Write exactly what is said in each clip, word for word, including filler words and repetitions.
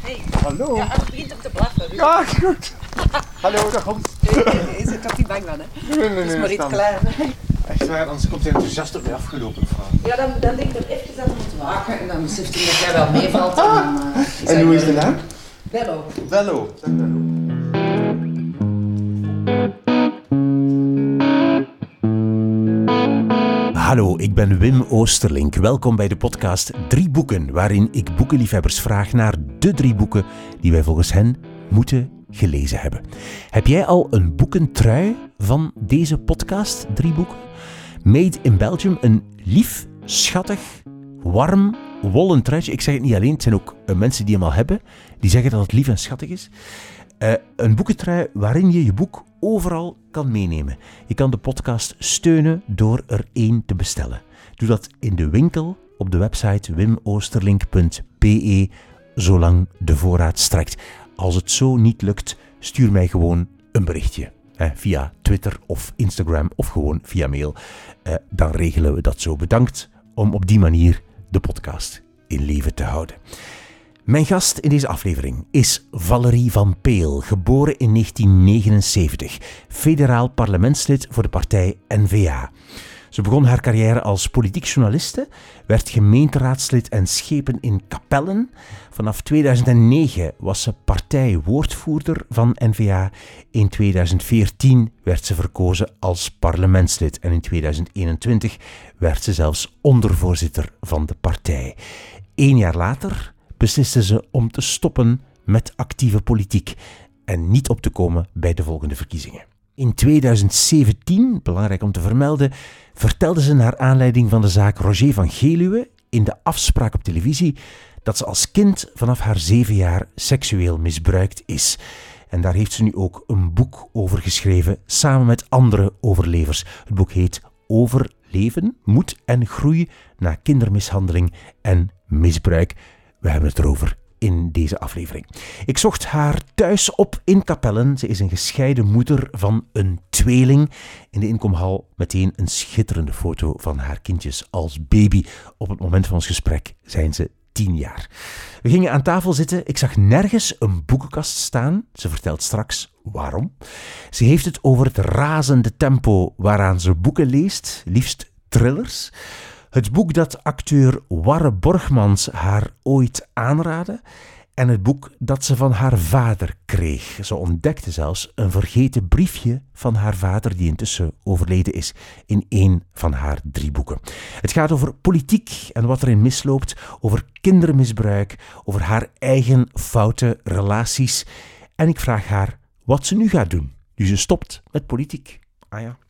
Hey. Hallo. Ja, het begint om te blaffen. Dus... Ja, goed. Hallo, dag Hans. Je zit toch niet bang van, hè? Nee, nee, nee. Het is maar iets staan. klein. Echt waar, anders komt hij enthousiast op mij afgelopen. Ja, dan, dan denk ik er even dat we moeten waken en dan beseft hij dat jij wel meevalt. En, dan, uh, is En hoe is de naam? Bello. Bello. Dag Bello. Hallo, ik ben Wim Oosterlink. Welkom bij de podcast Drie Boeken, waarin ik boekenliefhebbers vraag naar de drie boeken die wij volgens hen moeten gelezen hebben. Heb jij al een boekentrui van deze podcast Drie Boeken? Made in Belgium, een lief, schattig, warm, wollen truitje. Ik zeg het niet alleen, het zijn ook uh, mensen die hem al hebben, die zeggen dat het lief en schattig is. Uh, een boekentrui waarin je je boek overal kan meenemen. Je kan de podcast steunen door er één te bestellen. Doe dat in de winkel op de website wim oosterlink punt b e, zolang de voorraad strekt. Als het zo niet lukt, stuur mij gewoon een berichtje. Hè, via Twitter of Instagram of gewoon via mail. Uh, dan regelen we dat zo. Bedankt om op die manier de podcast in leven te houden. Mijn gast in deze aflevering is Valerie van Peel, geboren in negentien negenenzeventig, federaal parlementslid voor de partij N V A. Ze begon haar carrière als politiek journaliste, werd gemeenteraadslid en schepen in Kapellen. Vanaf tweeduizend negen was ze partijwoordvoerder van N V A. In tweeduizend veertien werd ze verkozen als parlementslid en in tweeduizend eenentwintig werd ze zelfs ondervoorzitter van de partij. Eén jaar later besliste ze om te stoppen met actieve politiek en niet op te komen bij de volgende verkiezingen. In tweeduizend zeventien, belangrijk om te vermelden, vertelde ze naar aanleiding van de zaak Roger van Geluwe in de afspraak op televisie dat ze als kind vanaf haar zeven jaar seksueel misbruikt is. En daar heeft ze nu ook een boek over geschreven, samen met andere overlevers. Het boek heet Overleven, moed en groei na kindermishandeling en misbruik. We hebben het erover in deze aflevering. Ik zocht haar thuis op in Kapellen. Ze is een gescheiden moeder van een tweeling. In de inkomhal meteen een schitterende foto van haar kindjes als baby. Op het moment van ons gesprek zijn ze tien jaar. We gingen aan tafel zitten. Ik zag nergens een boekenkast staan. Ze vertelt straks waarom. Ze heeft het over het razende tempo waaraan ze boeken leest, liefst thrillers. Het boek dat acteur Warre Borgmans haar ooit aanraadde en het boek dat ze van haar vader kreeg. Ze ontdekte zelfs een vergeten briefje van haar vader die intussen overleden is in één van haar drie boeken. Het gaat over politiek en wat erin misloopt, over kindermisbruik, over haar eigen foute relaties. En ik vraag haar wat ze nu gaat doen, nu ze stopt met politiek. Ah ja.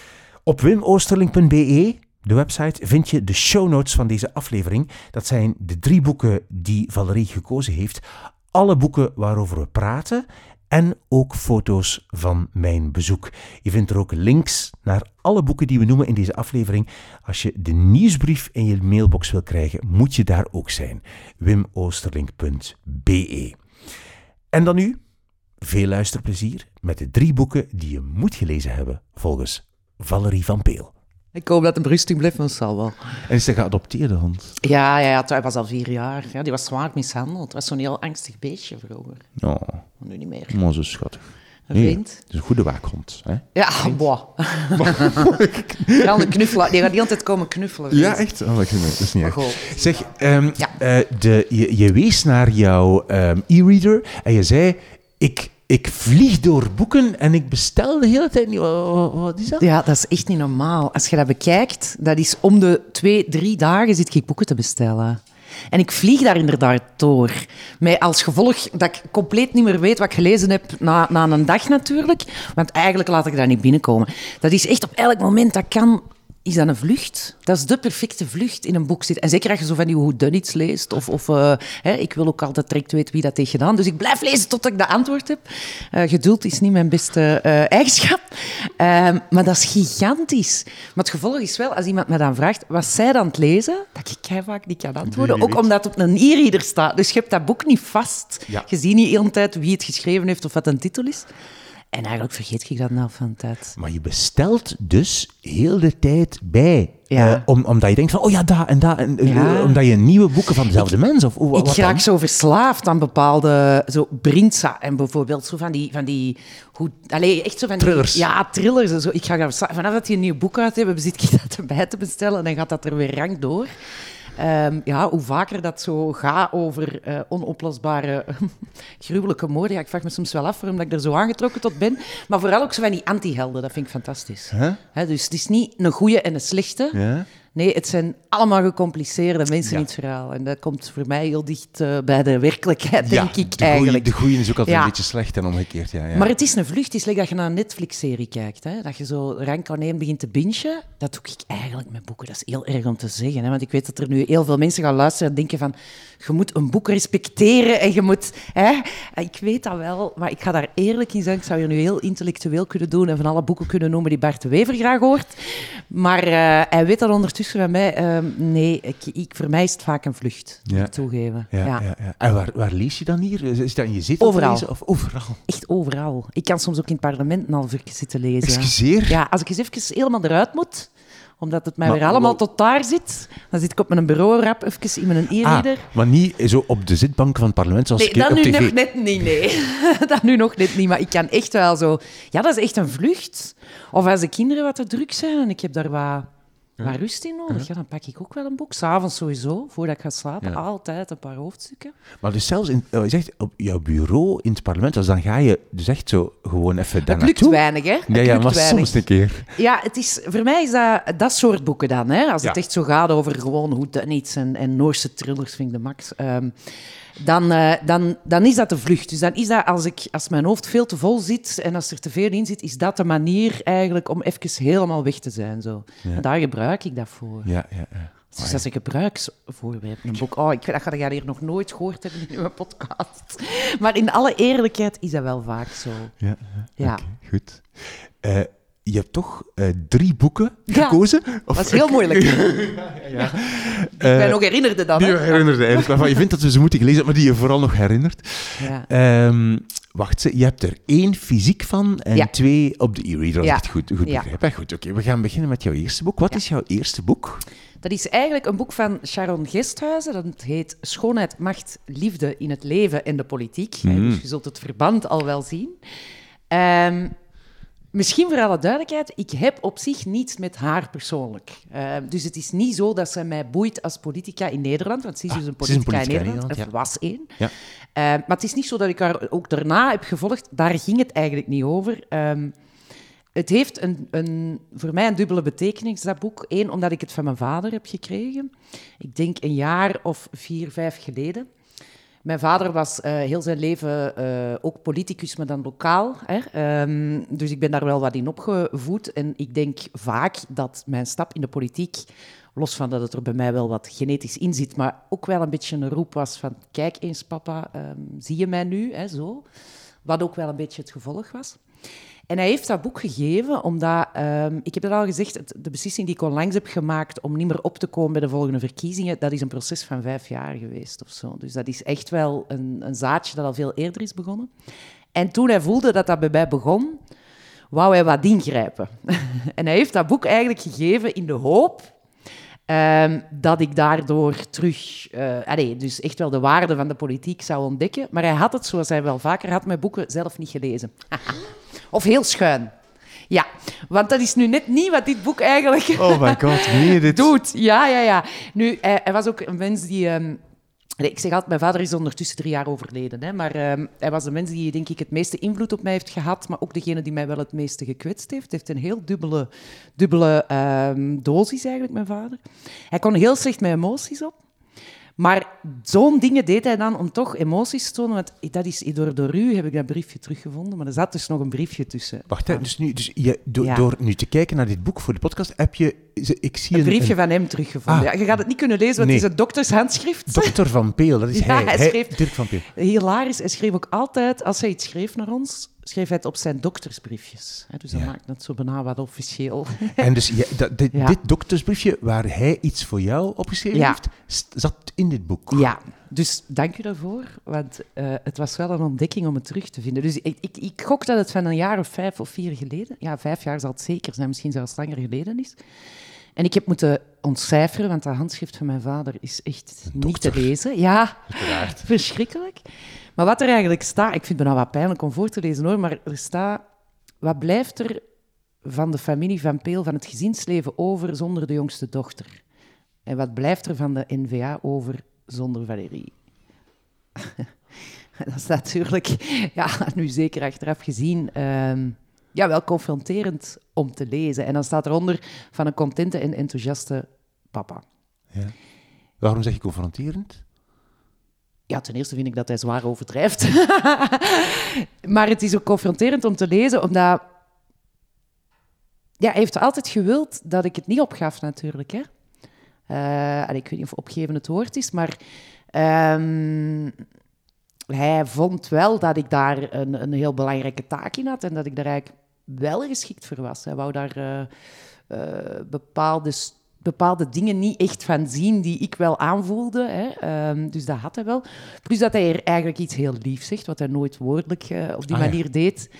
Op wim oosterlink punt b e, de website, vind je de show notes van deze aflevering. Dat zijn de drie boeken die Valerie gekozen heeft. Alle boeken waarover we praten en ook foto's van mijn bezoek. Je vindt er ook links naar alle boeken die we noemen in deze aflevering. Als je de nieuwsbrief in je mailbox wil krijgen, moet je daar ook zijn. wim oosterlink punt b e. En dan nu, veel luisterplezier met de drie boeken die je moet gelezen hebben volgens Valerie van Peel. Ik hoop dat het rustig blijft, maar dat zal wel. En is hij geadopteerd, Hans? Ja, ja, ja, hij was al vier jaar. Ja, die was zwaar mishandeld. Het was zo'n heel angstig beestje vroeger. Ja. Maar nu niet meer. Maar zo schattig. Een vriend. Nee, het is een goede waakhond. Hè? Ja, boah. Die gaat, knuffelen. Die gaat die altijd komen knuffelen. Ja, echt? Oh, dat is niet echt. Zeg, um, ja. uh, de, je, je wees naar jouw um, e-reader en je zei, ik... Ik vlieg door boeken en ik bestel de hele tijd niet. Wat, wat is dat? Ja, dat is echt niet normaal. Als je dat bekijkt, dat is om de twee, drie dagen zit ik boeken te bestellen. En ik vlieg daar inderdaad door. Met als gevolg dat ik compleet niet meer weet wat ik gelezen heb na, na een dag natuurlijk. Want eigenlijk laat ik daar niet binnenkomen. Dat is echt op elk moment dat kan... Is dat een vlucht? Dat is de perfecte vlucht in een boek zitten. En zeker als je zo van die whodunits leest. Of, of uh, hè, ik wil ook altijd direct weten wie dat heeft gedaan. Dus ik blijf lezen tot ik de antwoord heb. Uh, geduld is niet mijn beste uh, eigenschap. Uh, maar dat is gigantisch. Maar het gevolg is wel, als iemand me dan vraagt... wat zij dan aan het lezen, dat ik kei vaak niet kan antwoorden. Nee, ook omdat het op een e-reader staat. Dus je hebt dat boek niet vast. Ja. Je ziet niet de hele tijd wie het geschreven heeft of wat een titel is. En eigenlijk vergeet ik dat na van de tijd. Maar je bestelt dus heel de tijd bij. Ja. Uh, om, omdat je denkt van, oh ja, dat en dat. En, uh, Ja. Omdat je nieuwe boeken van dezelfde mens... Of, of, Ik wat raak dan? zo verslaafd aan bepaalde... Zo Brinza en bijvoorbeeld zo van die... Van die hoe, allee, echt zo van die... Thrillers. Ja, thrillers. En zo. Ik ga daar verslaafd- vanaf dat die een nieuw boek uit hebben, zit ik dat erbij te bestellen en dan gaat dat er weer rank door. Um, ja, hoe vaker dat zo gaat over uh, onoplosbare, gruwelijke moorden. Ja, ik vraag me soms wel af waarom ik er zo aangetrokken tot ben. Maar vooral ook zo van die anti-helden, dat vind ik fantastisch. Huh? He, dus het is niet een goeie en een slechte. Ja? Nee, het zijn allemaal gecompliceerde mensen Ja. in het verhaal. En dat komt voor mij heel dicht uh, bij de werkelijkheid, Ja, denk ik de goeie- eigenlijk. De goeie is ook altijd Ja. een beetje slecht en omgekeerd. Ja, ja. Maar het is een vlucht. Het is like dat je naar een Netflix-serie kijkt. Hè? Dat je zo rank aan één begint te bingen. Dat doe ik eigenlijk met boeken. Dat is heel erg om te zeggen. Hè? Want ik weet dat er nu heel veel mensen gaan luisteren en denken van... Je moet een boek respecteren en je moet... Hè? Ik weet dat wel, maar ik ga daar eerlijk in zijn. Ik zou hier nu heel intellectueel kunnen doen en van alle boeken kunnen noemen die Bart de Wever graag hoort. Maar uh, hij weet dat ondertussen van mij... Uh, nee, ik, ik, voor mij is het vaak een vlucht. Moet Ja. ik toegeven. Ja, Ja. ja, ja. En waar, waar lees je dan hier? Is dat in je zetel Overal. lezen? Of overal? Echt overal. Ik kan soms ook in het parlement een half uur zitten lezen. Excuseer? Ja, als ik eens even helemaal eruit moet, omdat het mij Maar- weer allemaal tot daar zit, dan zit ik op mijn bureau rap even in mijn e-reader. Ah, maar niet zo op de zitbank van het parlement zoals Nee, ik dat op nu tv. nog net niet, nee. Dat nu nog net niet, maar ik kan echt wel zo... Ja, dat is echt een vlucht. Of als de kinderen wat te druk zijn en ik heb daar wat, wat rust in nodig, ja, dan pak ik ook wel een boek. 's Avonds sowieso, voordat ik ga slapen, Ja. altijd een paar hoofdstukken. Maar dus zelfs in, oh, je zegt op jouw bureau in het parlement, dus dan ga je dus echt zo gewoon even daar Dat lukt naartoe. weinig, hè? Ja, Dat ja, lukt maar weinig. soms een keer. Ja, het is, voor mij is dat dat soort boeken dan. Hè? Als het Ja. echt zo gaat over gewoon whodunits en, en Noorse thrillers, vind ik de max. Ehm, dan, uh, dan, dan is dat de vlucht. Dus dan is dat, als, ik, als mijn hoofd veel te vol zit en als er te veel in zit, is dat de manier eigenlijk om even helemaal weg te zijn. Zo. Ja. En daar gebruik ik dat voor. Ja, ja, ja. Dus Oh, dat is een gebruiksvoorwerp. Een boek. Oh, ik, dat ga jij hier nog nooit gehoord hebben in uw podcast. Maar in alle eerlijkheid is dat wel vaak zo. ja, ja, Ja. oké, goed. Eh, je hebt toch eh, drie boeken Ja, gekozen? Of- Dat is heel moeilijk. ja. Ik ben nog herinnerde dan. Die Hè? je herinnerde eigenlijk, waarvan je vindt dat we ze moeten gelezen hebben, maar die je vooral nog herinnert. Ja. Ehm, wacht, ze, je hebt er één fysiek van en Ja. twee op de e-reader, als Ja. ik het goed, goed Ja. begrijp. Hè? Goed, oké, we gaan beginnen met jouw eerste boek. Wat Ja. is jouw eerste boek? Dat is eigenlijk een boek van Sharon Gesthuizen. Dat heet Schoonheid, Macht, Liefde in het leven en de politiek. Mhm. Dus je zult het verband al wel zien. Ehm, misschien voor alle duidelijkheid, ik heb op zich niets met haar persoonlijk. Ehm, dus het is niet zo dat ze mij boeit als politica in Nederland, want ze is Ah, dus een ze is een politica, politica in in Nederland, Nederland, of was één. Ja. Ehm, maar het is niet zo dat ik haar ook daarna heb gevolgd. Daar ging het eigenlijk niet over. Ehm, Het heeft een, een, voor mij een dubbele betekenis, dat boek. Eén, omdat ik het van mijn vader heb gekregen. Ik denk een jaar of vier, vijf geleden. Mijn vader was uh, heel zijn leven uh, ook politicus, maar dan lokaal. Hè? Um, dus ik ben daar wel wat in opgevoed. En ik denk vaak dat mijn stap in de politiek, los van dat het er bij mij wel wat genetisch in zit, maar ook wel een beetje een roep was van, kijk eens papa, um, zie je mij nu? Hè, zo. Wat ook wel een beetje het gevolg was. En hij heeft dat boek gegeven omdat, um, ik heb het al gezegd, het, de beslissing die ik onlangs heb gemaakt om niet meer op te komen bij de volgende verkiezingen, dat is een proces van vijf jaar geweest of zo. Dus dat is echt wel een, een zaadje dat al veel eerder is begonnen. En toen hij voelde dat dat bij mij begon, wou hij wat ingrijpen. En hij heeft dat boek eigenlijk gegeven in de hoop Um, dat ik daardoor terug, uh, allez, dus echt wel de waarde van de politiek zou ontdekken. Maar hij had het, zoals hij wel vaker had, mijn boeken zelf niet gelezen. Of heel schuin. Ja, want dat is nu net niet wat dit boek eigenlijk Oh my god, meen je dit? doet. Ja, ja, ja. Nu, hij, hij was ook een mens die... Um, ik zeg altijd, mijn vader is ondertussen drie jaar overleden. Hè, maar um, hij was de mens die, denk ik, het meeste invloed op mij heeft gehad, maar ook degene die mij wel het meeste gekwetst heeft. Hij heeft een heel dubbele, dubbele um, dosis, eigenlijk, mijn vader. Hij kon heel slecht met emoties op. Maar zo'n dingen deed hij dan om toch emoties te tonen. Want dat is, door, door u heb ik dat briefje teruggevonden, maar er zat dus nog een briefje tussen. Wacht, hè, dus, nu, dus je, do, Ja. door nu te kijken naar dit boek voor de podcast, heb je... Ik zie Een een, briefje een van hem teruggevonden. Ah. Ja, je gaat het niet kunnen lezen, want Nee. het is een doktershandschrift. dokter Van Peel, dat is Ja, hij. hij hij schreef- Dirk Van Peel. Hilarisch. Hij schreef ook altijd, als hij iets schreef naar ons, schreef hij het op zijn doktersbriefjes. Hè, dus dat Ja. maakt het zo bijna wat officieel. En dus ja, dat, dit, Ja. dit doktersbriefje waar hij iets voor jou opgeschreven Ja. heeft, st- zat in dit boek. Ja, dus dank u daarvoor, want uh, het was wel een ontdekking om het terug te vinden. Dus ik, ik, ik gok dat het van een jaar of vijf of vier geleden, ja, vijf jaar zal het zeker zijn, misschien zelfs langer geleden is. En ik heb moeten ontcijferen, want dat handschrift van mijn vader is echt Een niet dokter. te lezen. Ja, Uiteraard. verschrikkelijk. Maar wat er eigenlijk staat, ik vind het bijna wat pijnlijk om voor te lezen hoor, maar er staat, wat blijft er van de familie Van Peel, van het gezinsleven over zonder de jongste dochter? En wat blijft er van de N V A over zonder Valérie? Dat is natuurlijk, ja, nu zeker achteraf gezien, um, ja, wel confronterend om te lezen. En dan staat eronder van een contente en enthousiaste papa. Ja. Waarom zeg je confronterend? Ja, ten eerste vind ik dat hij zwaar overdrijft. Maar het is ook confronterend om te lezen, omdat... Ja, hij heeft altijd gewild dat ik het niet opgaf, natuurlijk. Hè? Uh, en ik weet niet of opgeven het woord is, maar... Um, hij vond wel dat ik daar een, een heel belangrijke taak in had en dat ik daar eigenlijk wel geschikt voor was. Hij wou daar uh, uh, bepaalde, bepaalde dingen niet echt van zien die ik wel aanvoelde. Hè. Um, dus dat had hij wel. Plus dat hij er eigenlijk iets heel liefs zegt, wat hij nooit woordelijk uh, op die ah, manier ja. deed.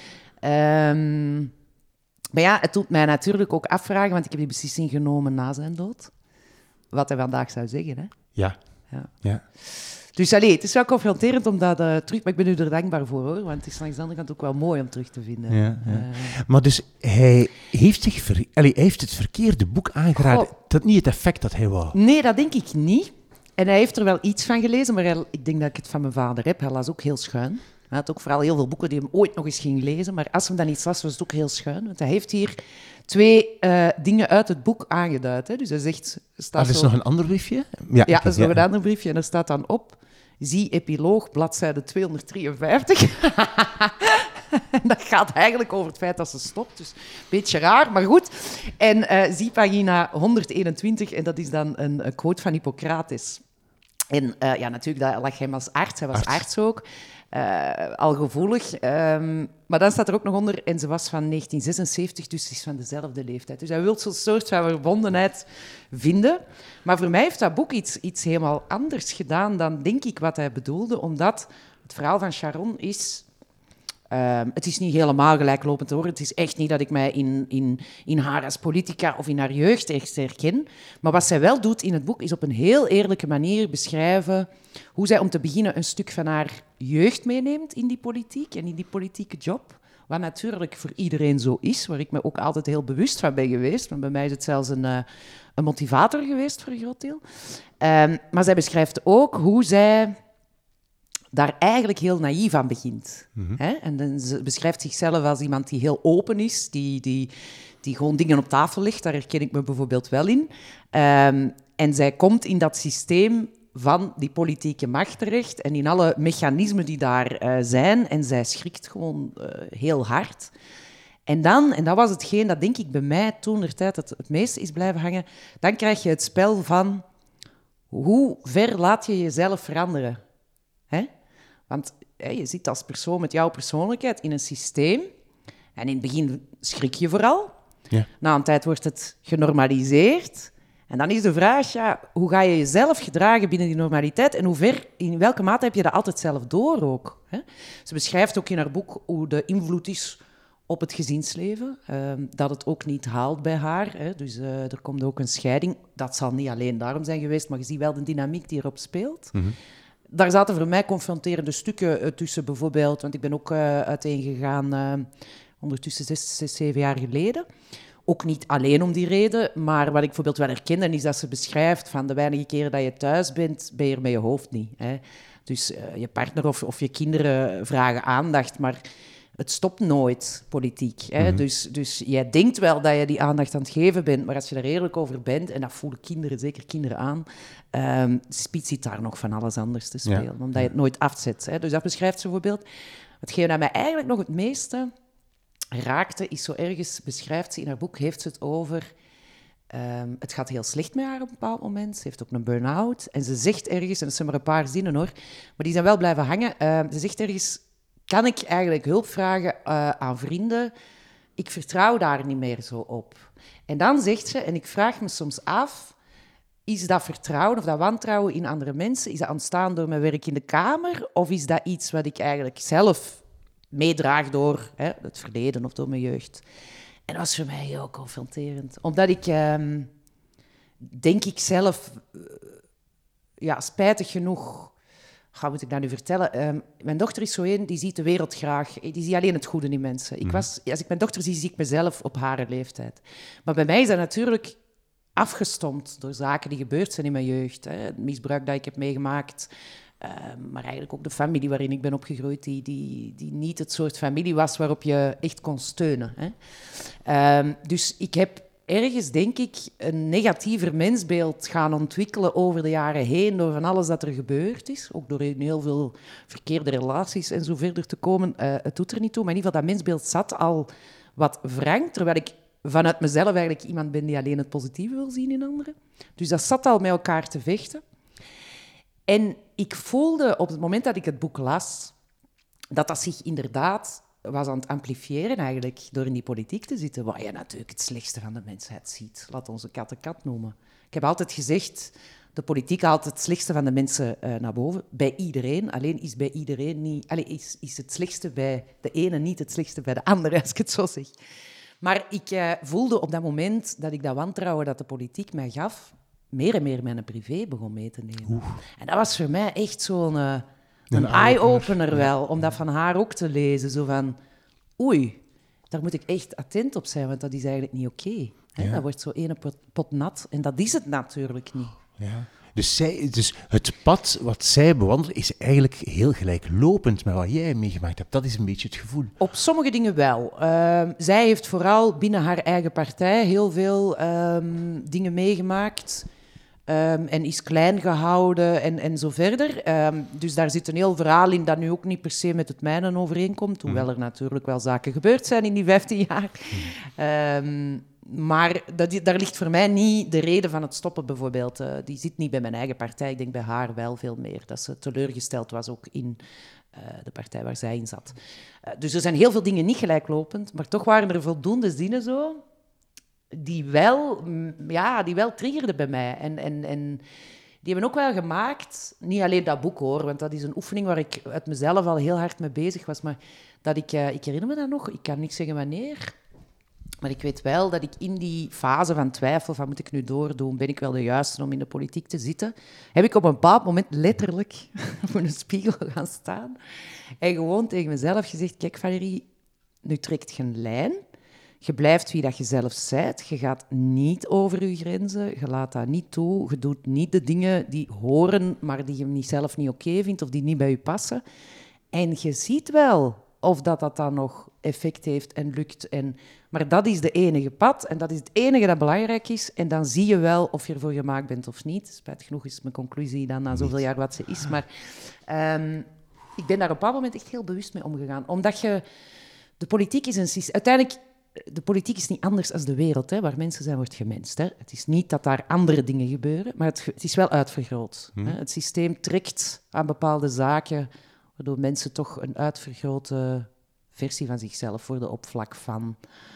Um, maar ja, het doet mij natuurlijk ook afvragen, want ik heb die beslissing genomen na zijn dood. Wat hij vandaag zou zeggen. Hè. Ja. ja. ja. Dus allee, het is wel confronterend om dat uh, terug... Maar ik ben u er dankbaar voor, hoor. Want het is langs de andere kant ook wel mooi om terug te vinden. Ja, ja. Uh, maar dus hij heeft, zich ver, allee, hij heeft het verkeerde boek aangeraden. Oh. Dat niet het effect dat hij wou. Nee, dat denk ik niet. En hij heeft er wel iets van gelezen, maar hij, ik denk dat ik het van mijn vader heb. Hij las ook heel schuin. Hij had ook vooral heel veel boeken die hem ooit nog eens ging lezen. Maar als hij dan iets las, was het ook heel schuin. Want hij heeft hier twee uh, dingen uit het boek aangeduid. Hè. Dus hij zegt... Staat ah, er is zo... nog een ander briefje? Ja, ja dat is ja. nog een ander briefje. En er staat dan op... Zie epiloog, bladzijde tweehonderddrieënvijftig. Dat gaat eigenlijk over het feit dat ze stopt. Dus een beetje raar, maar goed. En uh, zie pagina honderdeenentwintig. En dat is dan een, een quote van Hippocrates. En uh, ja, natuurlijk, dat lag hem als arts. Hij was arts, arts ook. Uh, al gevoelig. Um, maar dan staat er ook nog onder... En ze was van negentien zesenzeventig, dus ze is van dezelfde leeftijd. Dus hij wil zo'n soort van verbondenheid vinden. Maar voor mij heeft dat boek iets, iets helemaal anders gedaan dan, denk ik, wat hij bedoelde. Omdat het verhaal van Sharon is... Uh, het is niet helemaal gelijklopend hoor. Het is echt niet dat ik mij in, in, in haar als politica of in haar jeugd echt herken. Maar wat zij wel doet in het boek is op een heel eerlijke manier beschrijven hoe zij om te beginnen een stuk van haar jeugd meeneemt in die politiek en in die politieke job. Wat natuurlijk voor iedereen zo is, waar ik me ook altijd heel bewust van ben geweest. Want bij mij is het zelfs een, uh, een motivator geweest voor een groot deel. Um, maar zij beschrijft ook hoe zij... daar eigenlijk heel naïef aan begint. Mm-hmm. Hè? En dan, ze beschrijft zichzelf als iemand die heel open is, die, die, die gewoon dingen op tafel legt. Daar herken ik me bijvoorbeeld wel in. Um, en zij komt in dat systeem van die politieke macht terecht en in alle mechanismen die daar uh, zijn. En zij schrikt gewoon uh, heel hard. En dan, en dat was hetgeen dat denk ik bij mij toen de tijd het, het meeste is blijven hangen, dan krijg je het spel van hoe ver laat je jezelf veranderen. Hè? Want hè, je zit als persoon met jouw persoonlijkheid in een systeem. En in het begin schrik je vooral. Ja. Na een tijd wordt het genormaliseerd. En dan is de vraag, ja, hoe ga je jezelf gedragen binnen die normaliteit? En hoe ver, in welke mate heb je dat altijd zelf door ook? Hè? Ze beschrijft ook in haar boek hoe de invloed is op het gezinsleven. Uh, dat het ook niet haalt bij haar. Hè? Dus uh, er komt ook een scheiding. Dat zal niet alleen daarom zijn geweest, maar je ziet wel de dynamiek die erop speelt. Mm-hmm. Daar zaten voor mij confronterende stukken uh, tussen bijvoorbeeld, want ik ben ook uh, uiteengegaan uh, ondertussen zes, zes, zeven jaar geleden. Ook niet alleen om die reden, maar wat ik bijvoorbeeld wel herkende is dat ze beschrijft van de weinige keren dat je thuis bent, ben je er met je hoofd niet. Hè. Dus uh, je partner of, of je kinderen vragen aandacht, maar het stopt nooit, politiek. Hè. Mm-hmm. Dus, dus jij denkt wel dat je die aandacht aan het geven bent, maar als je er eerlijk over bent, en dat voelen kinderen, zeker kinderen aan, um, Spiet zit daar nog van alles anders te spelen, ja. Omdat je het nooit afzet. Hè. Dus dat beschrijft ze bijvoorbeeld. Hetgeen dat mij eigenlijk nog het meeste raakte, is zo ergens, beschrijft ze in haar boek, heeft ze het over... Um, het gaat heel slecht met haar op een bepaald moment. Ze heeft ook een burn-out. En ze zegt ergens, en dat zijn maar een paar zinnen hoor, maar die zijn wel blijven hangen, uh, ze zegt ergens... kan ik eigenlijk hulp vragen uh, aan vrienden. Ik vertrouw daar niet meer zo op. En dan zegt ze, en ik vraag me soms af, is dat vertrouwen of dat wantrouwen in andere mensen, is dat ontstaan door mijn werk in de Kamer, of is dat iets wat ik eigenlijk zelf meedraag door hè, het verleden of door mijn jeugd? En dat was voor mij heel confronterend. Omdat ik, um, denk ik zelf, uh, ja, spijtig genoeg... Ga, moet ik dat nu vertellen? Um, mijn dochter is zo een, die ziet de wereld graag. Die ziet alleen het goede in mensen. Ik was, als ik mijn dochter zie, zie ik mezelf op haar leeftijd. Maar bij mij is dat natuurlijk afgestompt door zaken die gebeurd zijn in mijn jeugd. Hè. Het misbruik dat ik heb meegemaakt... Uh, maar eigenlijk ook de familie waarin ik ben opgegroeid, die, die, die niet het soort familie was waarop je echt kon steunen. Hè. Uh, dus ik heb ergens, denk ik, een negatiever mensbeeld gaan ontwikkelen over de jaren heen, door van alles dat er gebeurd is, ook door in heel veel verkeerde relaties en zo verder te komen. Uh, het doet er niet toe, maar in ieder geval, dat mensbeeld zat al wat wrang, terwijl ik vanuit mezelf eigenlijk iemand ben die alleen het positieve wil zien in anderen. Dus dat zat al met elkaar te vechten. En ik voelde op het moment dat ik het boek las, dat dat zich inderdaad was aan het amplifiëren eigenlijk door in die politiek te zitten, waar je natuurlijk het slechtste van de mensheid ziet. Laat onze kat een kat noemen. Ik heb altijd gezegd, de politiek haalt het slechtste van de mensen uh, naar boven, bij iedereen. Alleen is bij iedereen niet... Allez, is, is het slechtste bij de ene niet het slechtste bij de andere, als ik het zo zeg. Maar ik uh, voelde op dat moment dat ik dat wantrouwen dat de politiek mij gaf, meer en meer mijn privé begon mee te nemen. Oeh. En dat was voor mij echt zo'n uh, een, een eye-opener wel, om dat van haar ook te lezen. Zo van, oei, daar moet ik echt attent op zijn, want dat is eigenlijk niet oké. Okay, ja. Dat wordt zo ene pot, pot nat, en dat is het natuurlijk niet. Ja. Dus, zij, dus het pad wat zij bewandelt is eigenlijk heel gelijklopend met wat jij meegemaakt hebt. Dat is een beetje het gevoel. Op sommige dingen wel. Uh, zij heeft vooral binnen haar eigen partij heel veel um, dingen meegemaakt. Um, en is klein gehouden en, en zo verder. Um, dus daar zit een heel verhaal in dat nu ook niet per se met het mijne overeenkomt. Hoewel er natuurlijk wel zaken gebeurd zijn in die vijftien jaar. Um, maar dat, daar ligt voor mij niet de reden van het stoppen bijvoorbeeld. Uh, die zit niet bij mijn eigen partij. Ik denk bij haar wel veel meer. Dat ze teleurgesteld was ook in uh, de partij waar zij in zat. Uh, dus er zijn heel veel dingen niet gelijklopend. Maar toch waren er voldoende zinnen zo... Die wel, ja, die wel triggerden bij mij. En, en, en die hebben ook wel gemaakt, niet alleen dat boek hoor, want dat is een oefening waar ik uit mezelf al heel hard mee bezig was, maar dat ik, uh, ik herinner me dat nog, ik kan niet zeggen wanneer, maar ik weet wel dat ik in die fase van twijfel, van moet ik nu doordoen, ben ik wel de juiste om in de politiek te zitten, heb ik op een bepaald moment letterlijk voor een spiegel gaan staan en gewoon tegen mezelf gezegd, kijk Valérie, nu trekt je een lijn. Je blijft wie dat je zelf bent. Je gaat niet over je grenzen. Je laat dat niet toe. Je doet niet de dingen die horen, maar die je niet zelf niet oké okay vindt of die niet bij je passen. En je ziet wel of dat, dat dan nog effect heeft en lukt. En, maar dat is de enige pad en dat is het enige dat belangrijk is. En dan zie je wel of je ervoor gemaakt bent of niet. Spijtig genoeg is mijn conclusie dan na zoveel jaar wat ze is. Maar um, ik ben daar op een bepaald moment echt heel bewust mee omgegaan. Omdat je... De politiek is een systeem... Uiteindelijk... De politiek is niet anders dan de wereld. Hè. Waar mensen zijn, wordt gemenst. Hè. Het is niet dat daar andere dingen gebeuren, maar het, het is wel uitvergroot. Hmm. Hè. Het systeem trekt aan bepaalde zaken, waardoor mensen toch een uitvergrote versie van zichzelf worden op vlak van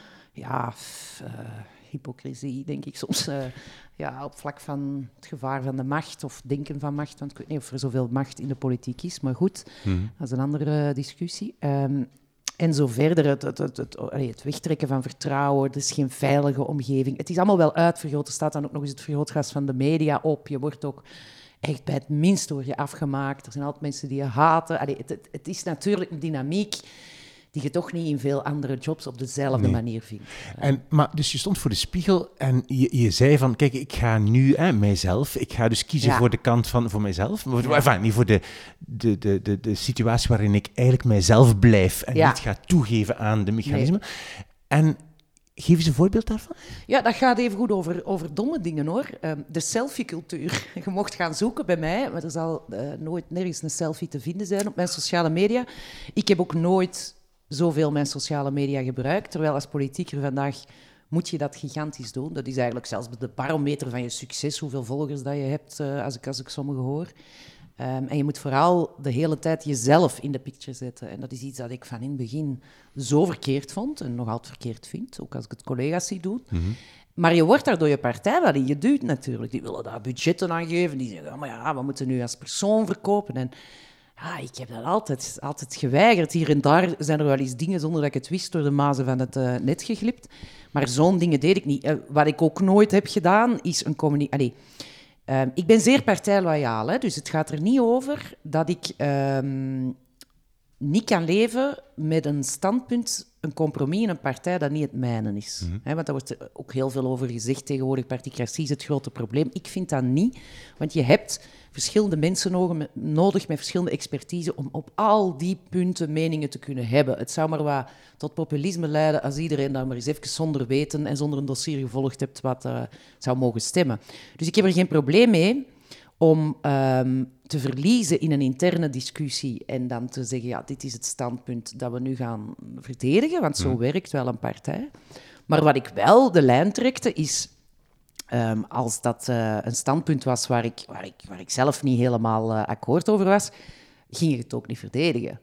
ja, uh, hypocrisie, denk ik soms. Uh, ja, op vlak van het gevaar van de macht of denken van macht. Want ik weet niet of er zoveel macht in de politiek is, maar goed, hmm. dat is een andere discussie. Um, En zo verder, het, het, het, het, het wegtrekken van vertrouwen, het is geen veilige omgeving. Het is allemaal wel uitvergroot. Er staat dan ook nog eens het vergrootglas van de media op. Je wordt ook echt bij het minst door je afgemaakt. Er zijn altijd mensen die je haten. Allee, het, het, het is natuurlijk een dynamiek die je toch niet in veel andere jobs op dezelfde nee. manier vindt. En, maar, dus je stond voor de spiegel en je, je zei van, kijk, ik ga nu hè, mijzelf, ik ga dus kiezen ja. voor de kant van voor mijzelf, maar, ja. enfin, niet voor de, de, de, de, de situatie waarin ik eigenlijk mijzelf blijf en ja. niet ga toegeven aan de mechanismen. Nee. En geef eens een voorbeeld daarvan. Ja, dat gaat even goed over, over domme dingen, hoor. Um, de selfie-cultuur. Je mocht gaan zoeken bij mij, maar er zal uh, nooit nergens een selfie te vinden zijn op mijn sociale media. Ik heb ook nooit zoveel mijn sociale media gebruikt, terwijl als politieker vandaag moet je dat gigantisch doen. Dat is eigenlijk zelfs de barometer van je succes, hoeveel volgers dat je hebt, uh, als ik, als ik sommigen hoor. Um, en je moet vooral de hele tijd jezelf in de picture zetten. En dat is iets dat ik van in het begin zo verkeerd vond en nog altijd verkeerd vind, ook als ik het collega's zie doen. Mm-hmm. Maar je wordt daar door je partij wel in geduwd natuurlijk. Die willen daar budgetten aan geven. Die zeggen, oh, maar ja, we moeten nu als persoon verkopen. En ja, ik heb dat altijd, altijd geweigerd. Hier en daar zijn er wel eens dingen, zonder dat ik het wist, door de mazen van het uh, net geglipt. Maar zo'n dingen deed ik niet. Uh, wat ik ook nooit heb gedaan, is een communicatie... Uh, ik ben zeer partijloyaal, hè, dus het gaat er niet over dat ik um, niet kan leven met een standpunt, een compromis in een partij dat niet het mijne is. Mm-hmm. He, want daar wordt ook heel veel over gezegd tegenwoordig. Particratie is het grote probleem. Ik vind dat niet, want je hebt verschillende mensen nodig met verschillende expertise om op al die punten meningen te kunnen hebben. Het zou maar wat tot populisme leiden als iedereen daar maar eens even zonder weten en zonder een dossier gevolgd hebt wat uh, zou mogen stemmen. Dus ik heb er geen probleem mee om um, te verliezen in een interne discussie en dan te zeggen, ja, dit is het standpunt dat we nu gaan verdedigen, want zo mm. werkt wel een partij. Maar wat ik wel de lijn trekte, is um, als dat uh, een standpunt was waar ik, waar, ik, waar ik zelf niet helemaal uh, akkoord over was, ging ik het ook niet verdedigen.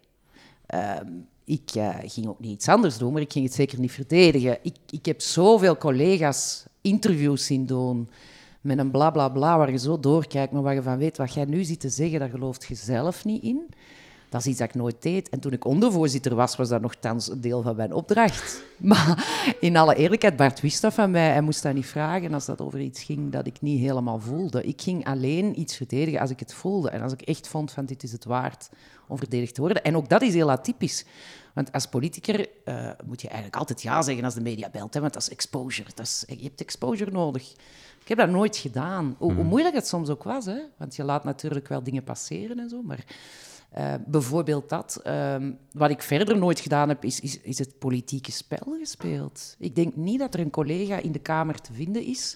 Um, ik uh, ging ook niet iets anders doen, maar ik ging het zeker niet verdedigen. Ik, ik heb zoveel collega's interviews zien doen met een bla bla bla, waar je zo doorkijkt, maar waar je van weet, wat jij nu zit te zeggen, daar gelooft je zelf niet in. Dat is iets dat ik nooit deed. En toen ik ondervoorzitter was, was dat nogthans een deel van mijn opdracht. Maar in alle eerlijkheid, Bart wist dat van mij. Hij moest dat niet vragen als dat over iets ging dat ik niet helemaal voelde. Ik ging alleen iets verdedigen als ik het voelde. En als ik echt vond van dit is het waard om verdedigd te worden. En ook dat is heel atypisch. Want als politicus uh, moet je eigenlijk altijd ja zeggen als de media belt. Hè? Want dat is exposure. Dat is, je hebt exposure nodig. Ik heb dat nooit gedaan. Hoe, hoe moeilijk het soms ook was. Hè? Want je laat natuurlijk wel dingen passeren en zo. Maar uh, bijvoorbeeld dat. Uh, wat ik verder nooit gedaan heb, is, is, is het politieke spel gespeeld. Ik denk niet dat er een collega in de Kamer te vinden is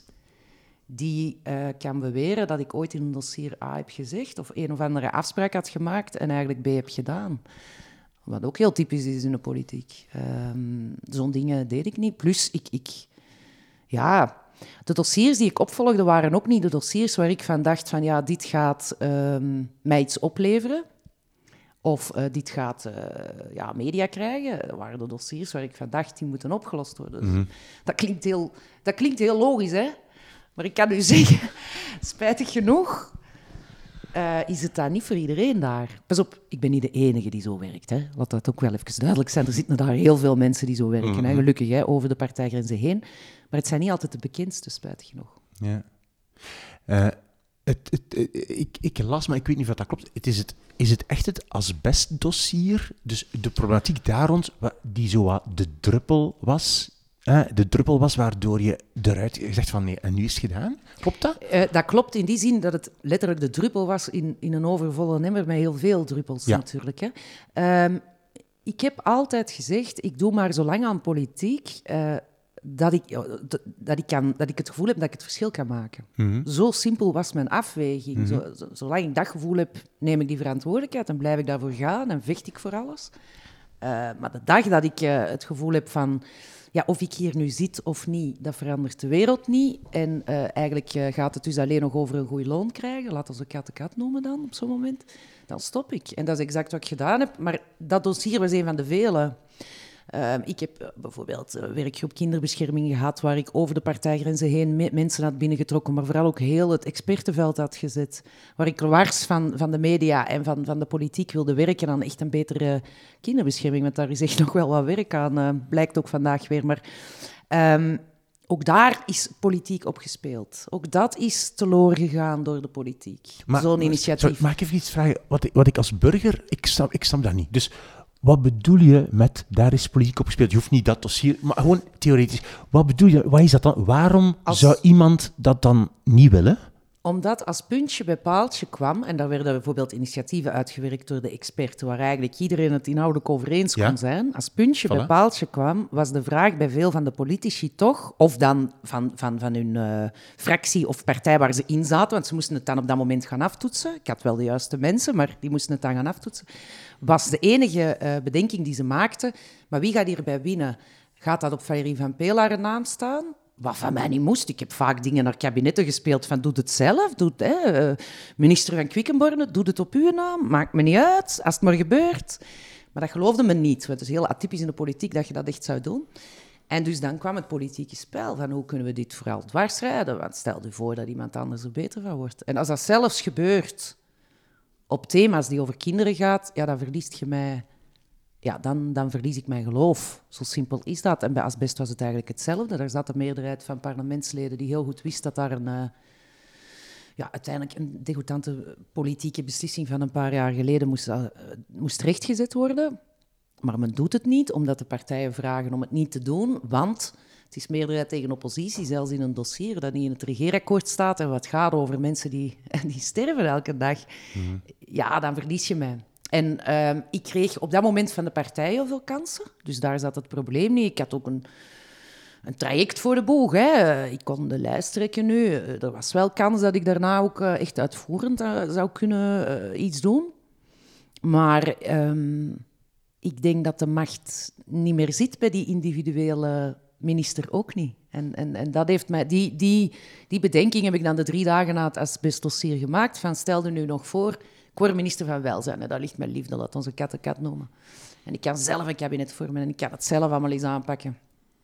die uh, kan beweren dat ik ooit in een dossier A heb gezegd of een of andere afspraak had gemaakt en eigenlijk B heb gedaan. Wat ook heel typisch is in de politiek. Um, zo'n dingen deed ik niet. Plus, ik, ik... Ja... De dossiers die ik opvolgde waren ook niet de dossiers waar ik van dacht van ja, dit gaat um, mij iets opleveren. Of uh, dit gaat uh, ja, media krijgen. Dat waren de dossiers waar ik van dacht, die moeten opgelost worden. Dus mm-hmm. dat, klinkt heel, dat klinkt heel logisch, hè. Maar ik kan u zeggen, spijtig genoeg uh, is het daar niet voor iedereen daar. Pas op, ik ben niet de enige die zo werkt. Hè. Laat dat ook wel even duidelijk zijn. Er zitten daar heel veel mensen die zo werken. Mm-hmm. Hè. Gelukkig, hè, over de partijgrenzen heen. Maar het zijn niet altijd de bekendste, spijtig genoeg. Ja. Uh, het, het, het, ik, ik las, maar ik weet niet of dat klopt. Het is, het, is het echt het asbestdossier? Dus de problematiek daar rond, die zo wat de druppel was... Uh, de druppel was waardoor je eruit zegt van nee, en nu is het gedaan? Klopt dat? Uh, dat klopt in die zin dat het letterlijk de druppel was in, in een overvolle emmer met heel veel druppels ja. natuurlijk. Hè. Um, ik heb altijd gezegd, ik doe maar zo lang aan politiek... Uh, Dat ik, dat, ik kan, dat ik het gevoel heb dat ik het verschil kan maken. Mm-hmm. Zo simpel was mijn afweging. Mm-hmm. Zo, zo, zolang ik dat gevoel heb, neem ik die verantwoordelijkheid en blijf ik daarvoor gaan en vecht ik voor alles. Uh, maar de dag dat ik uh, het gevoel heb van... Ja, of ik hier nu zit of niet, dat verandert de wereld niet. En uh, eigenlijk uh, gaat het dus alleen nog over een goed loon krijgen. Laten we ze kat de kat noemen dan, op zo'n moment. Dan stop ik. En dat is exact wat ik gedaan heb. Maar dat dossier was een van de vele... Uh, ik heb uh, bijvoorbeeld een werkgroep kinderbescherming gehad waar ik over de partijgrenzen heen me- mensen had binnengetrokken, maar vooral ook heel het expertenveld had gezet, waar ik dwars van, van de media en van, van de politiek wilde werken aan echt een betere kinderbescherming, want daar is echt nog wel wat werk aan, uh, blijkt ook vandaag weer. Maar um, ook daar is politiek op gespeeld. Ook dat is teloor gegaan door de politiek. Maar, Zo'n initiatief. Sorry, mag ik even iets vragen? Wat ik, wat ik als burger, ik snap, ik snap dat niet. Dus wat bedoel je met, daar is politiek op gespeeld? Je hoeft niet dat dossier, maar gewoon theoretisch. Wat bedoel je, wat is dat dan? Waarom als... zou iemand dat dan niet willen? Omdat als puntje bij paaltje kwam, en daar werden bijvoorbeeld initiatieven uitgewerkt door de experten, waar eigenlijk iedereen het inhoudelijk over eens kon ja. zijn. Als puntje voilà. bij paaltje kwam, was de vraag bij veel van de politici toch, of dan van, van, van hun uh, fractie of partij waar ze in zaten, want ze moesten het dan op dat moment gaan aftoetsen. Ik had wel de juiste mensen, maar die moesten het dan gaan aftoetsen. Was de enige uh, bedenking die ze maakten, maar wie gaat hierbij winnen? Gaat dat op Valérie van Peelaar een naam staan? wat van mij niet moest. Ik heb vaak dingen naar kabinetten gespeeld van doe het zelf. Doe het, hè. Uh, minister van Quickenborne, doe het op uw naam. Maakt me niet uit, als het maar gebeurt. Maar dat geloofde me niet. Het is heel atypisch in de politiek dat je dat echt zou doen. En dus dan kwam het politieke spel van hoe kunnen we dit vooral dwarsrijden? Want stel je voor dat iemand anders er beter van wordt. En als dat zelfs gebeurt op thema's die over kinderen gaat, ja, dan verliest je mij... Ja, dan, dan verlies ik mijn geloof. Zo simpel is dat. En bij Asbest was het eigenlijk hetzelfde. Daar zat de meerderheid van parlementsleden die heel goed wist dat daar een... Uh, ja, uiteindelijk een degoutante politieke beslissing van een paar jaar geleden moest, uh, moest rechtgezet worden. Maar men doet het niet, omdat de partijen vragen om het niet te doen, want het is meerderheid tegen oppositie, zelfs in een dossier dat niet in het regeerakkoord staat en wat gaat over mensen die, die sterven elke dag. Mm-hmm. Ja, dan verlies je mij. En uh, ik kreeg op dat moment van de partij heel veel kansen, dus daar zat het probleem niet. Ik had ook een, een traject voor de boeg. Hè. Ik kon de lijst trekken nu. Er was wel kans dat ik daarna ook uh, echt uitvoerend uh, zou kunnen uh, iets doen. Maar um, ik denk dat de macht niet meer zit bij die individuele minister ook niet. En, en, en dat heeft mij, die, die, die bedenking heb ik dan de drie dagen na het asbestdossier gemaakt. Van stel je nu nog voor, ik word minister van Welzijn. En dat ligt mijn liefde, laat onze kat de kat noemen. En ik kan zelf een kabinet vormen en ik kan het zelf allemaal eens aanpakken.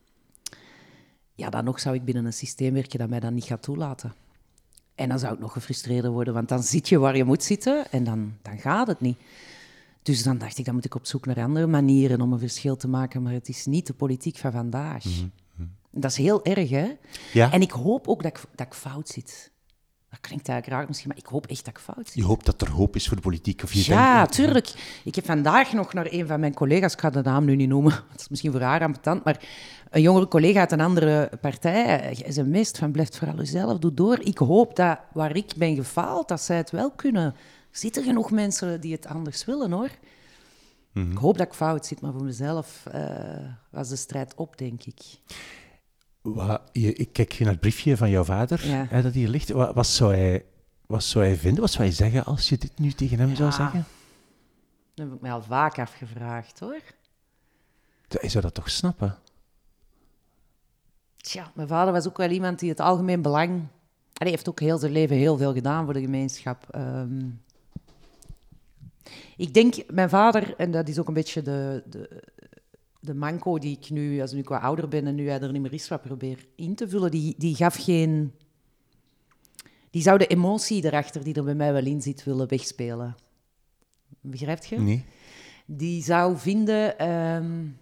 Ja, dan nog zou ik binnen een systeem werken dat mij dat niet gaat toelaten. En dan zou ik nog gefrustreerder worden, want dan zit je waar je moet zitten en dan, dan gaat het niet. Dus dan dacht ik, dan moet ik op zoek naar andere manieren om een verschil te maken, maar het is niet de politiek van vandaag. Mm-hmm. Dat is heel erg, hè? Ja. En ik hoop ook dat ik, dat ik fout zit. Dat klinkt eigenlijk raar misschien, maar ik hoop echt dat ik fout zit. Je hoopt dat er hoop is voor de politiek? Of je ja, denkt... tuurlijk. Ik heb vandaag nog naar een van mijn collega's, ik ga de naam nu niet noemen, het is misschien voor haar ambetant, maar een jongere collega uit een andere partij, is een mist van blijf vooral jezelf, doe door. Ik hoop dat waar ik ben gefaald, dat zij het wel kunnen. Zitten er genoeg mensen die het anders willen, hoor. Mm-hmm. Ik hoop dat ik fout zit, maar voor mezelf uh, was de strijd op, denk ik. Wat, je, ik kijk naar het briefje van jouw vader, ja. hè, dat hier ligt. Wat, wat, zou hij, wat zou hij vinden? Wat zou hij zeggen als je dit nu tegen hem ja. zou zeggen? Dat heb ik mij al vaak afgevraagd, hoor. Hij zou dat toch snappen? Tja, mijn vader was ook wel iemand die het algemeen belang... Hij heeft ook heel zijn leven heel veel gedaan voor de gemeenschap. Um, ik denk, mijn vader, en dat is ook een beetje de, de, de manco die ik nu, als ik nu wat ouder ben en nu hij er niet meer is, wat probeer in te vullen, die, die gaf geen... Die zou de emotie erachter die er bij mij wel in zit willen wegspelen. Begrijp je? Nee. Die zou vinden... Um,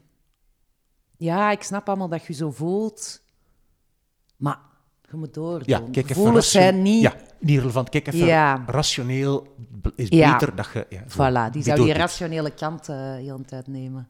ja, ik snap allemaal dat je zo voelt, maar... Je moet doordoen. Ja, kijk even Gevoelens ration- zijn niet... Ja, niet relevant. Kijk even, ja. rationeel is ja. beter dat je... Ja, voilà, die zou die die rationele kant uh, heel de tijd nemen.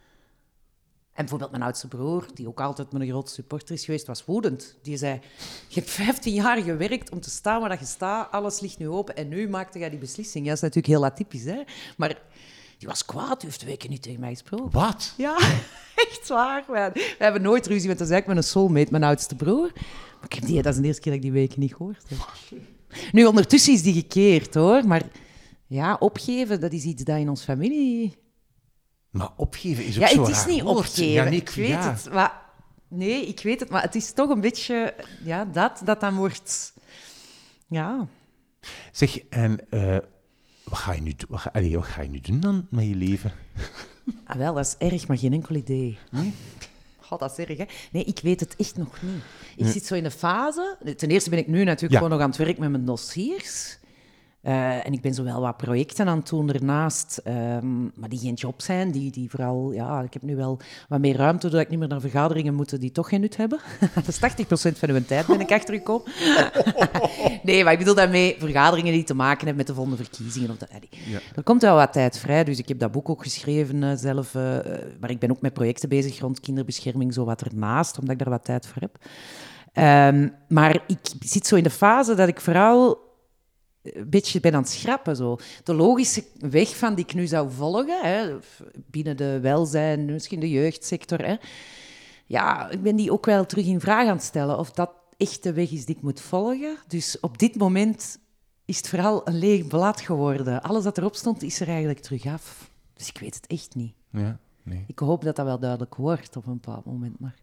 En bijvoorbeeld mijn oudste broer, die ook altijd mijn grootste supporter is geweest, was woedend. Die zei, je hebt vijftien jaar gewerkt om te staan waar je staat, alles ligt nu open en nu maakte jij die beslissing. Ja, dat is natuurlijk heel atypisch, hè. Maar die was kwaad, die heeft weken niet tegen mij gesproken. Wat? Ja, echt waar. We, we hebben nooit ruzie, want dat is eigenlijk mijn soulmate, mijn oudste broer. Maar ik heb die, dat is de eerste keer dat ik die weken niet gehoord heb. Nu, ondertussen is die gekeerd, hoor. Maar ja, opgeven, dat is iets dat in onze familie... Maar opgeven is ook ja, zo het is raar niet woord. opgeven. Ja, nee, ik weet ja. het. Maar, nee, ik weet het. Maar het is toch een beetje... Ja, dat, dat dan wordt... Ja. Zeg, en uh, wat, ga je nu, wat, ga, allez, wat ga je nu doen dan met je leven? Ah, wel, dat is erg, maar geen enkel idee. Nee? Oh, dat is erg, hè? Nee, ik weet het echt nog niet. Ik nee. zit zo in een fase... Ten eerste ben ik nu natuurlijk ja. gewoon nog aan het werk met mijn dossiers. Uh, en ik ben zo wel wat projecten aan het doen ernaast, um, maar die geen job zijn, die, die vooral... Ja, ik heb nu wel wat meer ruimte, doordat ik niet meer naar vergaderingen moet die toch geen nut hebben. Dat is tachtig procent van uw tijd, ben ik achtergekomen. Nee, maar ik bedoel daarmee vergaderingen die te maken hebben met de volgende verkiezingen. Of dat, ja. Er komt wel wat tijd vrij, dus ik heb dat boek ook geschreven uh, zelf. Uh, maar ik ben ook met projecten bezig rond kinderbescherming, zo wat ernaast, omdat ik daar wat tijd voor heb. Um, maar ik zit zo in de fase dat ik vooral... een beetje ben aan het schrappen. Zo. De logische weg van die ik nu zou volgen, hè, binnen de welzijn, misschien de jeugdsector, hè, ja, ik ben die ook wel terug in vraag aan het stellen of dat echt de weg is die ik moet volgen. Dus op dit moment is het vooral een leeg blad geworden. Alles dat erop stond, is er eigenlijk terug af. Dus ik weet het echt niet. Ja, nee. Ik hoop dat dat wel duidelijk wordt op een bepaald moment, maar...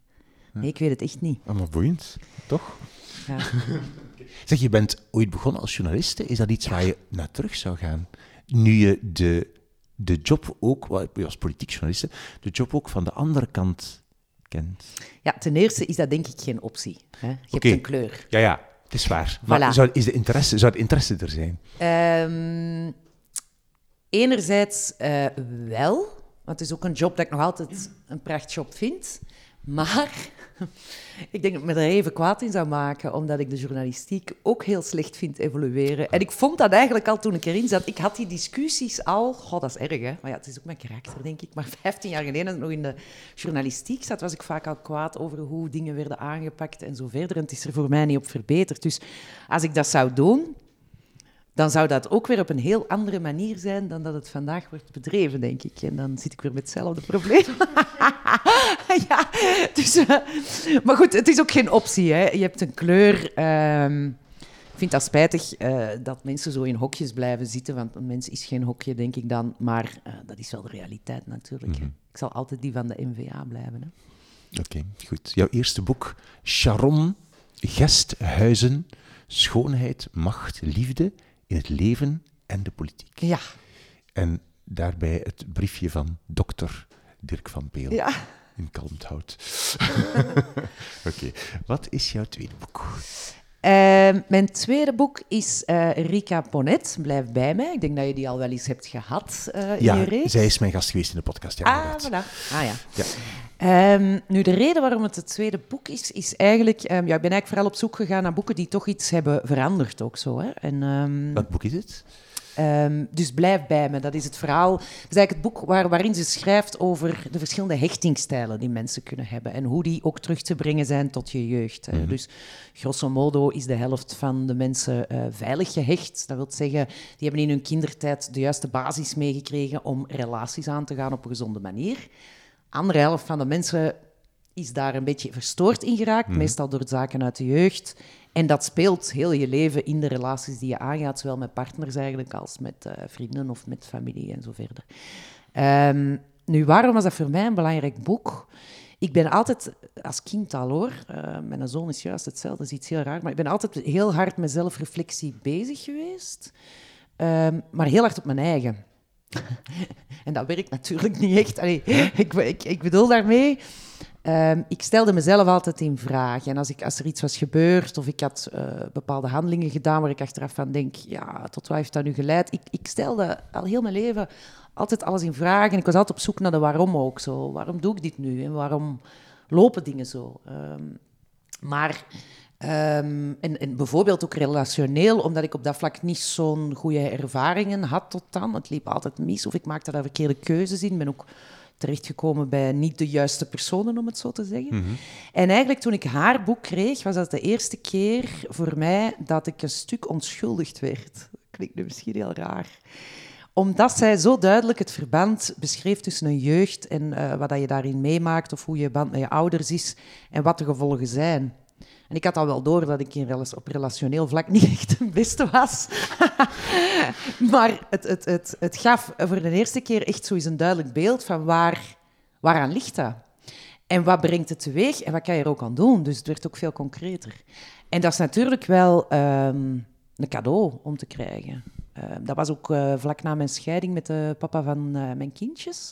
Nee, ik weet het echt niet. Ah, maar boeiend, toch? Ja. Zeg, je bent ooit begonnen als journaliste. Is dat iets waar je naar terug zou gaan? Nu je de, de job ook, je was politiek journaliste, de job ook van de andere kant kent. Ja, ten eerste is dat denk ik geen optie. Hè? Je Oké. hebt een kleur. Ja, ja, het is waar. Voilà. Maar zou, is de interesse, zou het interesse er zijn? Um, enerzijds uh, wel, want het is ook een job dat ik nog altijd een prachtjob vind. Maar ik denk dat ik me er even kwaad in zou maken, omdat ik de journalistiek ook heel slecht vind evolueren. En ik vond dat eigenlijk al toen ik erin zat. Ik had die discussies al... Goh, dat is erg, hè? Maar ja, het is ook mijn karakter, denk ik. Maar vijftien jaar geleden, als ik nog in de journalistiek zat, was ik vaak al kwaad over hoe dingen werden aangepakt en zo verder. En het is er voor mij niet op verbeterd. Dus als ik dat zou doen, dan zou dat ook weer op een heel andere manier zijn dan dat het vandaag wordt bedreven, denk ik. En dan zit ik weer met hetzelfde probleem. ja, dus, uh, maar goed, het is ook geen optie. Hè. Je hebt een kleur. Uh, ik vind dat spijtig uh, dat mensen zo in hokjes blijven zitten, want een mens is geen hokje, denk ik dan. Maar uh, dat is wel de realiteit natuurlijk. Mm-hmm. Ik zal altijd die van de N V A blijven. Oké, okay, goed. Jouw eerste boek, Sharon Gesthuizen, Schoonheid, Macht, Liefde in het leven en de politiek. Ja. En daarbij het briefje van dokter Dirk van Peel. Ja. In Kalmthout. Oké. Okay. Wat is jouw tweede boek? Uh, mijn tweede boek is uh, Rika Ponet, Blijf bij mij. Ik denk dat je die al wel eens hebt gehad uh, in ja, je reeks. Zij is mijn gast geweest in de podcast. Ja, ah, voilà. Ah ja. ja. Um, nu, de reden waarom het het tweede boek is, is eigenlijk... Um, ja, ik ben eigenlijk vooral op zoek gegaan naar boeken die toch iets hebben veranderd ook zo. Hè. En, um, Wat boek is het? Um, dus Blijf bij me, dat is het verhaal. Dat is eigenlijk het boek waar, waarin ze schrijft over de verschillende hechtingsstijlen die mensen kunnen hebben en hoe die ook terug te brengen zijn tot je jeugd. Mm-hmm. Dus grosso modo is de helft van de mensen uh, veilig gehecht. Dat wil zeggen, die hebben in hun kindertijd de juiste basis meegekregen om relaties aan te gaan op een gezonde manier. Andere helft van de mensen is daar een beetje verstoord in geraakt, mm-hmm. meestal door zaken uit de jeugd. En dat speelt heel je leven in de relaties die je aangaat, zowel met partners eigenlijk als met uh, vrienden of met familie en zo verder. Um, nu, waarom was dat voor mij een belangrijk boek? Ik ben altijd, als kind al hoor, uh, mijn zoon is juist hetzelfde, dat is iets heel raar, maar ik ben altijd heel hard met zelfreflectie bezig geweest, um, maar heel hard op mijn eigen. En dat werkt natuurlijk niet echt. Allee, ik, ik, ik bedoel daarmee... Um, ik stelde mezelf altijd in vraag. En als, ik, als er iets was gebeurd of ik had uh, bepaalde handelingen gedaan waar ik achteraf van denk, ja, tot wat heeft dat nu geleid? Ik, ik stelde al heel mijn leven altijd alles in vraag en ik was altijd op zoek naar de waarom ook. Zo. Waarom doe ik dit nu en waarom lopen dingen zo? Um, maar... Um, en, en bijvoorbeeld ook relationeel, omdat ik op dat vlak niet zo'n goede ervaringen had tot dan. Het liep altijd mis of ik maakte daar verkeerde keuzes in. Ik ben ook terechtgekomen bij niet de juiste personen, om het zo te zeggen. Mm-hmm. En eigenlijk toen ik haar boek kreeg, was dat de eerste keer voor mij dat ik een stuk onschuldigd werd. Klinkt nu misschien heel raar. Omdat zij zo duidelijk het verband beschreef tussen een jeugd en uh, wat je daarin meemaakt of hoe je band met je ouders is en wat de gevolgen zijn. En ik had al wel door dat ik in rela- op relationeel vlak niet echt het beste was. Maar het, het, het, het gaf voor de eerste keer echt zo eens een duidelijk beeld van waar, waaraan ligt dat? En wat brengt het teweeg en wat kan je er ook aan doen? Dus het werd ook veel concreter. En dat is natuurlijk wel um, een cadeau om te krijgen. Uh, dat was ook uh, vlak na mijn scheiding met de papa van uh, mijn kindjes.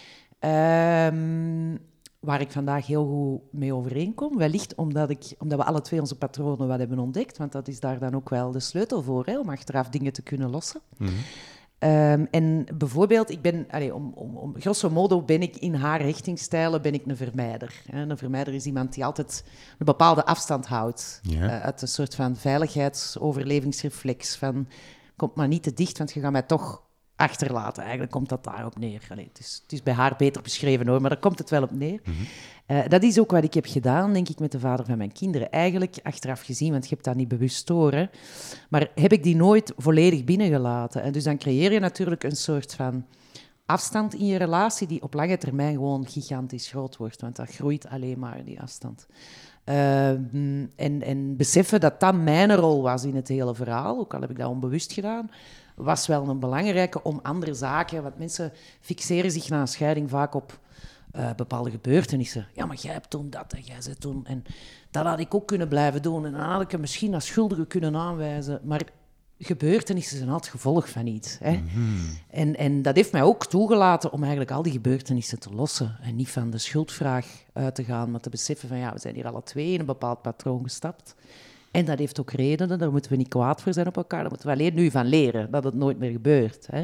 Um, Waar ik vandaag heel goed mee overeenkom. Wellicht omdat, ik, omdat we alle twee onze patronen wat hebben ontdekt. Want dat is daar dan ook wel de sleutel voor, hè, om achteraf dingen te kunnen lossen. Mm-hmm. Um, en bijvoorbeeld, ik ben, allez, om, om, om, grosso modo ben ik in haar hechtingsstijlen ben ik een vermijder. Hè. Een vermijder is iemand die altijd een bepaalde afstand houdt. Ja. Uh, uit een soort van veiligheidsoverlevingsreflex. Van, kom maar niet te dicht, want je gaat mij toch... achterlaten. Eigenlijk komt dat daarop neer. Allee, het, is, het is bij haar beter beschreven hoor, maar daar komt het wel op neer. Mm-hmm. Uh, dat is ook wat ik heb gedaan, denk ik, met de vader van mijn kinderen. Eigenlijk achteraf gezien, want je hebt dat niet bewust door, hè, maar heb ik die nooit volledig binnengelaten. En dus dan creëer je natuurlijk een soort van afstand in je relatie die op lange termijn gewoon gigantisch groot wordt, want dat groeit alleen maar, die afstand. Uh, en, en beseffen dat dat mijn rol was in het hele verhaal, ook al heb ik dat onbewust gedaan, was wel een belangrijke om andere zaken, want mensen fixeren zich na een scheiding vaak op uh, bepaalde gebeurtenissen. Ja, maar jij hebt toen dat en jij zei toen... En dat had ik ook kunnen blijven doen. En dan had ik hem misschien als schuldige kunnen aanwijzen. Maar gebeurtenissen zijn altijd gevolg van iets. Hè? Mm-hmm. En, en dat heeft mij ook toegelaten om eigenlijk al die gebeurtenissen te lossen. En niet van de schuldvraag uit te gaan, maar te beseffen van ja, we zijn hier alle twee in een bepaald patroon gestapt. En dat heeft ook redenen, daar moeten we niet kwaad voor zijn op elkaar. Daar moeten we alleen nu van leren, dat het nooit meer gebeurt. Hè?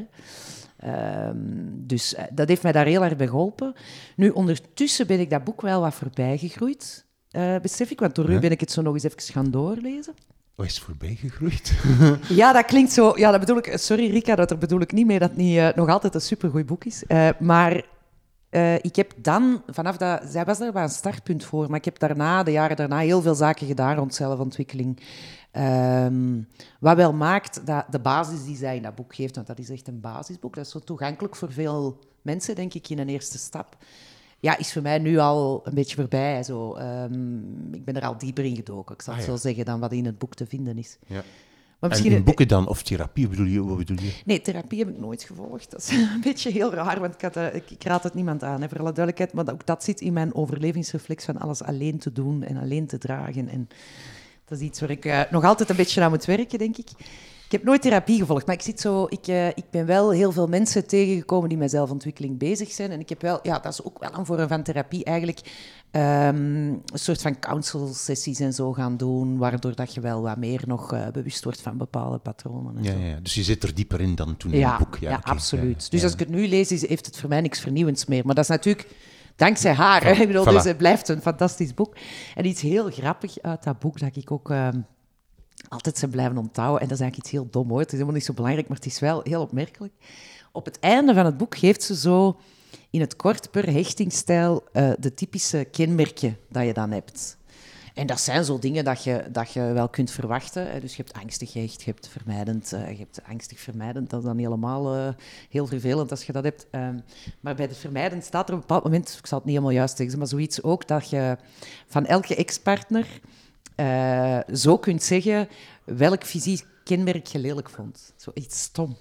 Um, dus dat heeft mij daar heel erg bij geholpen. Nu, ondertussen ben ik dat boek wel wat voorbij gegroeid, uh, besef ik. Want door u ja? ben ik het zo nog eens even gaan doorlezen. Oh, is het voorbij gegroeid? Ja, dat klinkt zo... Ja, dat bedoel ik... Sorry, Rika, dat er bedoel ik niet mee dat het niet, uh, nog altijd een supergoed boek is. Uh, maar uh, ik heb dan, vanaf dat... Zij was daar wel een startpunt voor, maar ik heb daarna, de jaren daarna, heel veel zaken gedaan rond zelfontwikkeling. Um, wat wel maakt dat de basis die zij in dat boek geeft, want dat is echt een basisboek, dat is zo toegankelijk voor veel mensen, denk ik, in een eerste stap. Ja, is voor mij nu al een beetje voorbij. Zo. Um, ik ben er al dieper in gedoken, ik zal het ah, ja. zo zeggen, dan wat in het boek te vinden is. Ja. Maar misschien en in boeken dan, of therapie, bedoel je, wat bedoel je? Nee, therapie heb ik nooit gevolgd. Dat is een beetje heel raar, want ik, had, uh, ik, ik raad het niemand aan, hè, voor alle duidelijkheid. Maar ook dat zit in mijn overlevingsreflex van alles alleen te doen en alleen te dragen. En dat is iets waar ik uh, nog altijd een beetje aan moet werken, denk ik. Ik heb nooit therapie gevolgd, maar ik, zit zo, ik, uh, ik ben wel heel veel mensen tegengekomen die met zelfontwikkeling bezig zijn. En ik heb wel, ja, dat is ook wel een vorm van therapie eigenlijk, um, een soort van counsel-sessies en zo gaan doen, waardoor dat je wel wat meer nog uh, bewust wordt van bepaalde patronen. En ja, zo. ja, dus je zit er dieper in dan toen ja, in het boek. Ja, ja okay. absoluut. Ja, dus ja. als ik het nu lees, is, heeft het voor mij niks vernieuwends meer. Maar dat is natuurlijk... Dankzij haar. Hè? Ik bedoel, voilà. Dus het blijft een fantastisch boek. En iets heel grappig uit dat boek, dat ik ook uh, altijd zijn blijven onthouden. En dat is eigenlijk iets heel dom hoor. Het is helemaal niet zo belangrijk, maar het is wel heel opmerkelijk. Op het einde van het boek geeft ze zo in het kort per hechtingstijl uh, de typische kenmerken dat je dan hebt. En dat zijn zo dingen dat je, dat je wel kunt verwachten. Dus je hebt angstig gehecht, je hebt vermijdend, uh, je hebt angstig vermijdend. Dat is dan niet helemaal uh, heel vervelend als je dat hebt. Um, maar bij de vermijdend staat er op een bepaald moment, ik zal het niet helemaal juist zeggen, maar zoiets ook, dat je van elke ex-partner uh, zo kunt zeggen welk fysiek kenmerk je lelijk vond. Zoiets stom.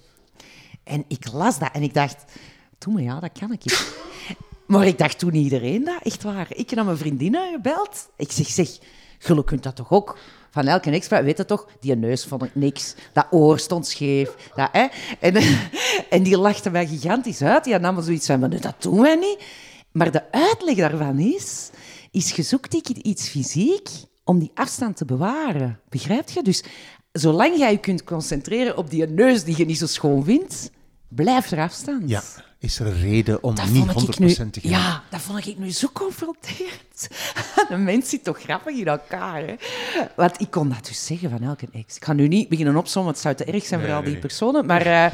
En ik las dat en ik dacht, doe maar ja, dat kan ik niet. Maar ik dacht toen iedereen dat, echt waar. Ik heb naar mijn vriendinnen gebeld. Ik zeg, zeg, jullie kunt dat toch ook? Van elke expert, weet je toch? Die neus vond ik niks. Dat oor stond scheef. Dat, hè? En, en die lachten mij gigantisch uit. Die namen zoiets van, maar dat doen wij niet. Maar de uitleg daarvan is, is je zoekt iets fysiek om die afstand te bewaren. Begrijp je? Dus zolang jij je kunt concentreren op die neus die je niet zo schoon vindt, blijf er afstand. Ja. Is er een reden om dat niet honderd procent nu, te gaan? Ja, dat vond ik nu zo confronterend. De mens zit toch grappig in elkaar, hè? Want ik kon dat dus zeggen van elke ex. Ik ga nu niet beginnen opzommen, want het zou te erg zijn nee, voor al die nee. personen, maar uh,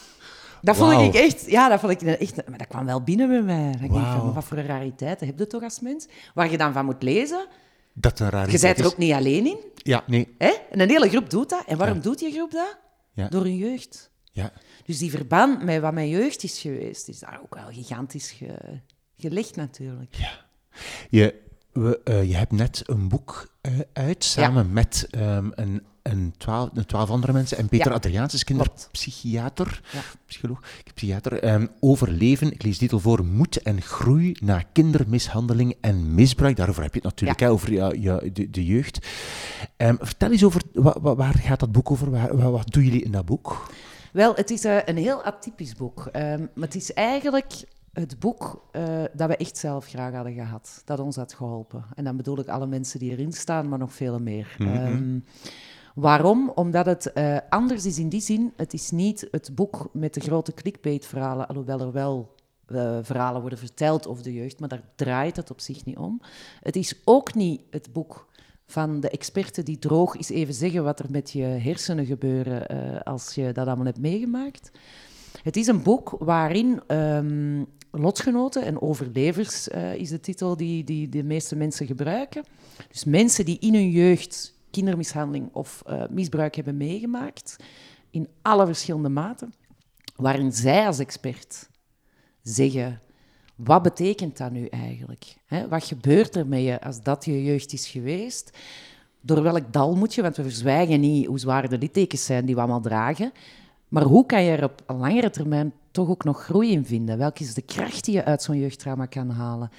dat wow. vond ik echt... Ja, dat vond ik echt... Maar dat kwam wel binnen bij mij. Dan wow. denk ik van, wat voor een rariteiten heb je toch als mens? Waar je dan van moet lezen. Dat een rariteit je bent er is. ook niet alleen in. Ja, nee. Hè? En een hele groep doet dat. En waarom ja. doet die groep dat? Ja. Door hun jeugd. Ja. Dus die verband met wat mijn jeugd is geweest, is daar ook wel gigantisch ge, gelegd natuurlijk. Ja. Je, we, uh, je hebt net een boek uh, uit, samen ja. met um, een, een, twaalf, een twaalf andere mensen. En Peter ja. Adriaans is kinderpsychiater, ja. psycholoog, psychiater, um, over leven. Ik lees de titel voor, Moed en groei na kindermishandeling en misbruik. Daarover heb je het natuurlijk, ja. hè, over ja, ja, de, de jeugd. Um, vertel eens over, wa, wa, waar gaat dat boek over? Waar, wa, wat doen jullie in dat boek? Wel, het is uh, een heel atypisch boek. Um, maar het is eigenlijk het boek uh, dat we echt zelf graag hadden gehad. Dat ons had geholpen. En dan bedoel ik alle mensen die erin staan, maar nog veel meer. Mm-hmm. Um, waarom? Omdat het uh, anders is in die zin. Het is niet het boek met de grote clickbait-verhalen, alhoewel er wel uh, verhalen worden verteld over de jeugd, maar daar draait het op zich niet om. Het is ook niet het boek van de experten die droog eens even zeggen wat er met je hersenen gebeuren uh, als je dat allemaal hebt meegemaakt. Het is een boek waarin um, lotgenoten en overlevers uh, is de titel die, die de meeste mensen gebruiken. Dus mensen die in hun jeugd kindermishandeling of uh, misbruik hebben meegemaakt, in alle verschillende maten, waarin zij als expert zeggen, wat betekent dat nu eigenlijk? He, wat gebeurt er met je als dat je jeugd is geweest? Door welk dal moet je? Want we verzwijgen niet hoe zwaar de littekens zijn die we allemaal dragen. Maar hoe kan je er op een langere termijn toch ook nog groei in vinden? Welke is de kracht die je uit zo'n jeugdtrauma kan halen?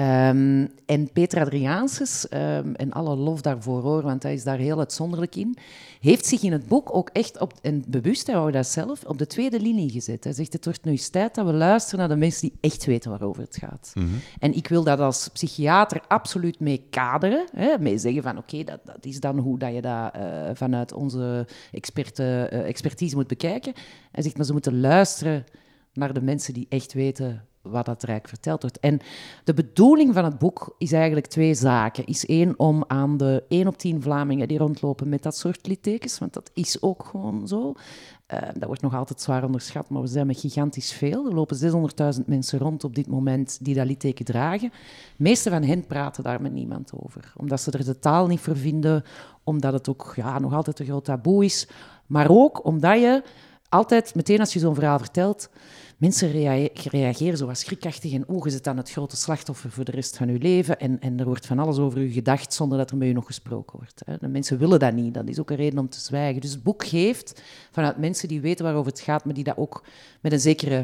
Um, en Petra Adriaanses, um, en alle lof daarvoor hoor, want hij is daar heel uitzonderlijk in, heeft zich in het boek ook echt, op, en bewust, hij wou dat zelf, op de tweede linie gezet. Hij zegt, het wordt nu eens tijd dat we luisteren naar de mensen die echt weten waarover het gaat. Mm-hmm. En ik wil dat als psychiater absoluut mee kaderen, hè, mee zeggen van, oké, okay, dat, dat is dan hoe dat je dat uh, vanuit onze experte, uh, expertise moet bekijken. Hij zegt, maar ze moeten luisteren naar de mensen die echt weten wat dat Rijk verteld wordt. En de bedoeling van het boek is eigenlijk twee zaken. Is één, om aan de één op tien Vlamingen die rondlopen met dat soort littekens, want dat is ook gewoon zo. Uh, dat wordt nog altijd zwaar onderschat, maar we zijn met gigantisch veel. Er lopen zeshonderdduizend mensen rond op dit moment die dat litteken dragen. De meeste van hen praten daar met niemand over, omdat ze er de taal niet voor vinden, omdat het ook ja, nog altijd een groot taboe is, maar ook omdat je altijd, meteen als je zo'n verhaal vertelt, mensen rea- reageren zo wat schrikachtig en oh, je zit dan het grote slachtoffer voor de rest van je leven en, en er wordt van alles over je gedacht zonder dat er met je nog gesproken wordt. Hè. De mensen willen dat niet, dat is ook een reden om te zwijgen. Dus het boek geeft vanuit mensen die weten waarover het gaat, maar die dat ook met een zekere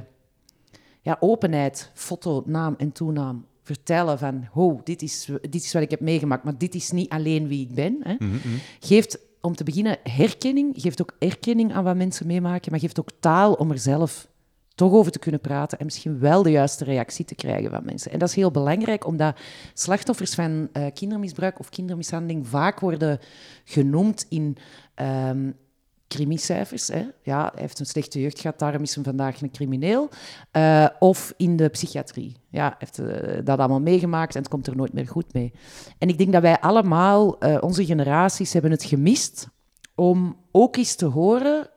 ja, openheid, foto, naam en toenaam vertellen van, oh, dit is, dit is wat ik heb meegemaakt, maar dit is niet alleen wie ik ben. Hè. Mm-hmm. Geeft, om te beginnen, herkenning, geeft ook erkenning aan wat mensen meemaken, maar geeft ook taal om er zelf toch over te kunnen praten en misschien wel de juiste reactie te krijgen van mensen. En dat is heel belangrijk, omdat slachtoffers van uh, kindermisbruik of kindermishandeling vaak worden genoemd in um, crimicijfers. Hè. Ja, hij heeft een slechte jeugd gehad, daarom is hij vandaag een crimineel. Uh, of in de psychiatrie. Ja, hij heeft uh, dat allemaal meegemaakt en het komt er nooit meer goed mee. En ik denk dat wij allemaal, uh, onze generaties, hebben het gemist om ook eens te horen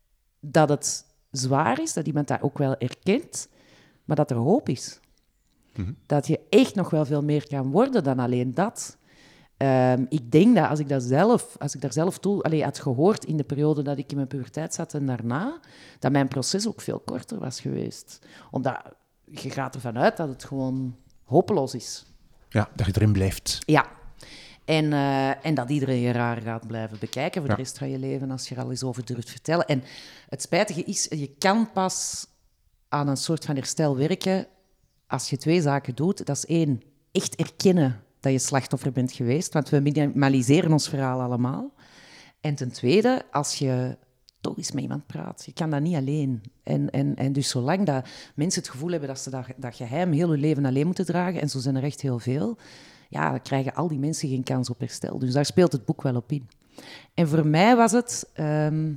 dat het zwaar is, dat iemand dat ook wel erkent, maar dat er hoop is. Mm-hmm. Dat je echt nog wel veel meer kan worden dan alleen dat. Um, ik denk dat als ik dat zelf, als ik daar zelf toe allee, had gehoord in de periode dat ik in mijn puberteit zat en daarna, dat mijn proces ook veel korter was geweest. Omdat je gaat ervan uit dat het gewoon hopeloos is. Ja, dat je erin blijft. Ja. En, uh, en dat iedereen je raar gaat blijven bekijken voor ja. de rest van je leven als je er al eens over durft vertellen. En het spijtige is, je kan pas aan een soort van herstel werken als je twee zaken doet. Dat is één, echt erkennen dat je slachtoffer bent geweest, want we minimaliseren ons verhaal allemaal. En ten tweede, als je toch eens met iemand praat. Je kan dat niet alleen. En, en, en dus zolang dat mensen het gevoel hebben dat ze dat, dat geheim heel hun leven alleen moeten dragen, en zo zijn er echt heel veel, ja, dan krijgen al die mensen geen kans op herstel. Dus daar speelt het boek wel op in. En voor mij was het um,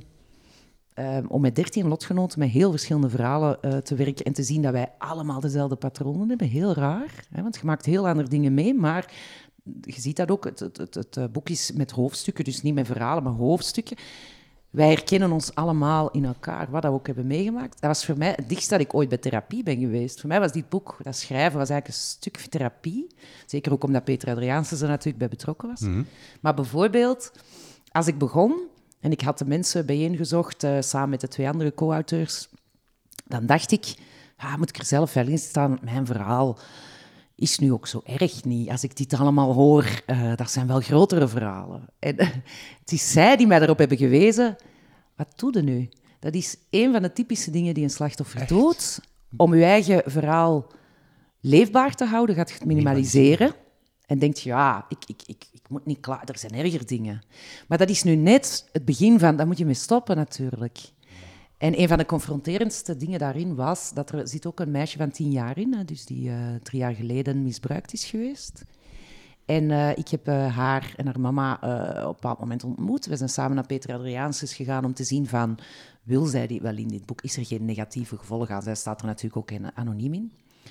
um, om met dertien lotgenoten met heel verschillende verhalen uh, te werken en te zien dat wij allemaal dezelfde patronen hebben. Heel raar, hè, want je maakt heel andere dingen mee, maar je ziet dat ook. Het, het, het, het boek is met hoofdstukken, dus niet met verhalen, maar hoofdstukken. Wij herkennen ons allemaal in elkaar, wat we ook hebben meegemaakt. Dat was voor mij het dichtst dat ik ooit bij therapie ben geweest. Voor mij was dit boek, dat schrijven, was eigenlijk een stuk therapie. Zeker ook omdat Petra Adriaanses er natuurlijk bij betrokken was. Mm-hmm. Maar bijvoorbeeld, als ik begon en ik had de mensen bijeengezocht, uh, samen met de twee andere co-auteurs, dan dacht ik, ah, moet ik er zelf wel in staan? Mijn verhaal is nu ook zo erg niet. Als ik dit allemaal hoor, uh, dat zijn wel grotere verhalen. En uh, het is zij die mij erop hebben gewezen. Wat doe je nu? Dat is een van de typische dingen die een slachtoffer Echt? doet. Om je eigen verhaal leefbaar te houden, gaat je het minimaliseren. En denkt je, ja, ik, ik, ik, ik moet niet klaar, er zijn erger dingen. Maar dat is nu net het begin van, daar moet je mee stoppen natuurlijk. En een van de confronterendste dingen daarin was dat er zit ook een meisje van tien jaar in, dus die uh, drie jaar geleden misbruikt is geweest. En uh, ik heb uh, haar en haar mama uh, op een bepaald moment ontmoet. We zijn samen naar Petra Adriaanses gegaan om te zien van, wil zij die wel in dit boek? Is er geen negatieve gevolg aan? Zij staat er natuurlijk ook in, anoniem in.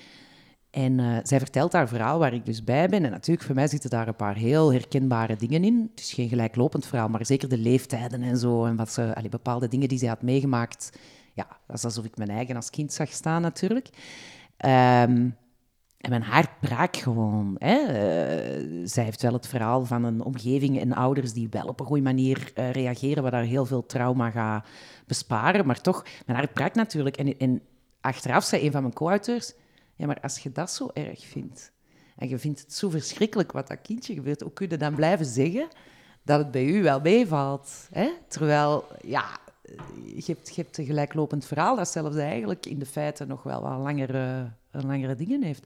En uh, zij vertelt haar verhaal waar ik dus bij ben. En natuurlijk, voor mij zitten daar een paar heel herkenbare dingen in. Het is geen gelijklopend verhaal, maar zeker de leeftijden en zo. En wat ze, allee, bepaalde dingen die zij had meegemaakt. Ja, dat is alsof ik mijn eigen als kind zag staan natuurlijk. Um, en mijn hart brak gewoon. Hè. Uh, zij heeft wel het verhaal van een omgeving en ouders die wel op een goede manier uh, reageren, wat daar heel veel trauma gaat besparen. Maar toch, mijn hart brak natuurlijk. En, en achteraf zei een van mijn co-auteurs, ja, maar als je dat zo erg vindt, en je vindt het zo verschrikkelijk wat dat kindje gebeurt, hoe kun je dan blijven zeggen dat het bij u wel meevalt? Hè? Terwijl, ja, je hebt, je hebt een gelijklopend verhaal dat zelfs eigenlijk in de feiten nog wel wat langere, langere dingen heeft.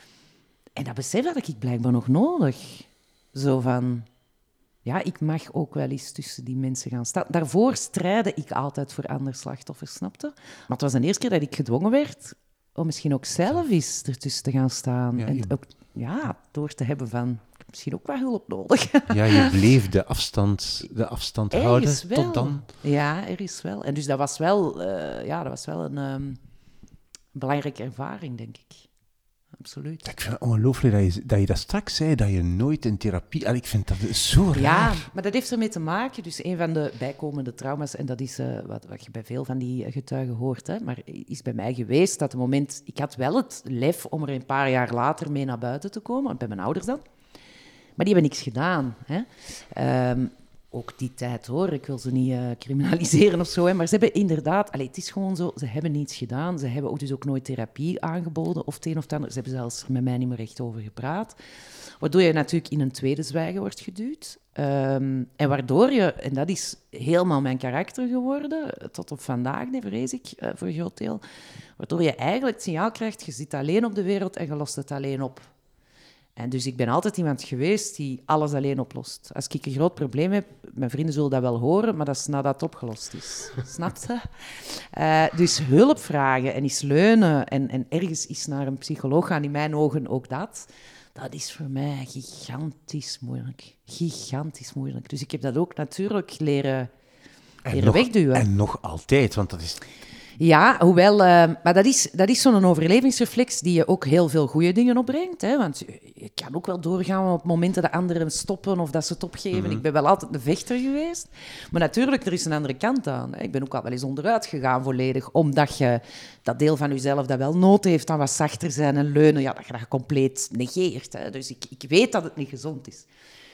En dat besef had ik blijkbaar nog nodig. Zo van... Ja, ik mag ook wel eens tussen die mensen gaan staan. Daarvoor strijdde ik altijd voor andere slachtoffers, snapte? Maar het was de eerste keer dat ik gedwongen werd om misschien ook zelf eens ertussen te gaan staan. Ja, en je... ook ja, door te hebben van... Ik heb misschien ook wat hulp nodig. Ja, je bleef de afstand, de afstand houden tot dan. Ja, er is wel. En dus dat was wel, uh, ja, dat was wel een um, belangrijke ervaring, denk ik. Absoluut. Ik vind het ongelooflijk dat je, dat je dat straks zei, dat je nooit in therapie... Ik vind dat zo raar. Ja, maar dat heeft ermee te maken. Dus een van de bijkomende trauma's, en dat is uh, wat, wat je bij veel van die getuigen hoort, hè, maar is bij mij geweest dat het moment... Ik had wel het lef om er een paar jaar later mee naar buiten te komen, bij mijn ouders dan. Maar die hebben niks gedaan. Hè. Um, ook die tijd, hoor. Ik wil ze niet uh, criminaliseren of zo, hè, maar ze hebben inderdaad... Allee, het is gewoon zo, ze hebben niets gedaan. Ze hebben ook dus ook nooit therapie aangeboden of het een of het ander. Ze hebben zelfs er met mij niet meer echt over gepraat. Waardoor je natuurlijk in een tweede zwijgen wordt geduwd. Um, en waardoor je, en dat is helemaal mijn karakter geworden, tot op vandaag, nee, vrees ik, uh, voor een groot deel, waardoor je eigenlijk het signaal krijgt, je zit alleen op de wereld en je lost het alleen op. En dus ik ben altijd iemand geweest die alles alleen oplost. Als ik een groot probleem heb, mijn vrienden zullen dat wel horen, maar dat is nadat het opgelost is. Snap je? Uh, dus hulp vragen en eens leunen en, en ergens eens naar een psycholoog gaan, in mijn ogen ook dat, dat is voor mij gigantisch moeilijk. Gigantisch moeilijk. Dus ik heb dat ook natuurlijk leren, leren nog, wegduwen. En nog altijd, want dat is... Ja, hoewel... Uh, maar dat is, dat is zo'n overlevingsreflex die je ook heel veel goede dingen opbrengt. Hè? Want je, je kan ook wel doorgaan op momenten dat anderen stoppen of dat ze het opgeven. Mm-hmm. Ik ben wel altijd een vechter geweest. Maar natuurlijk, er is een andere kant aan. Hè? Ik ben ook al wel eens onderuit gegaan volledig, omdat je dat deel van jezelf dat wel nood heeft aan wat zachter zijn en leunen, ja, dat je dat compleet negeert. Hè? Dus ik, ik weet dat het niet gezond is.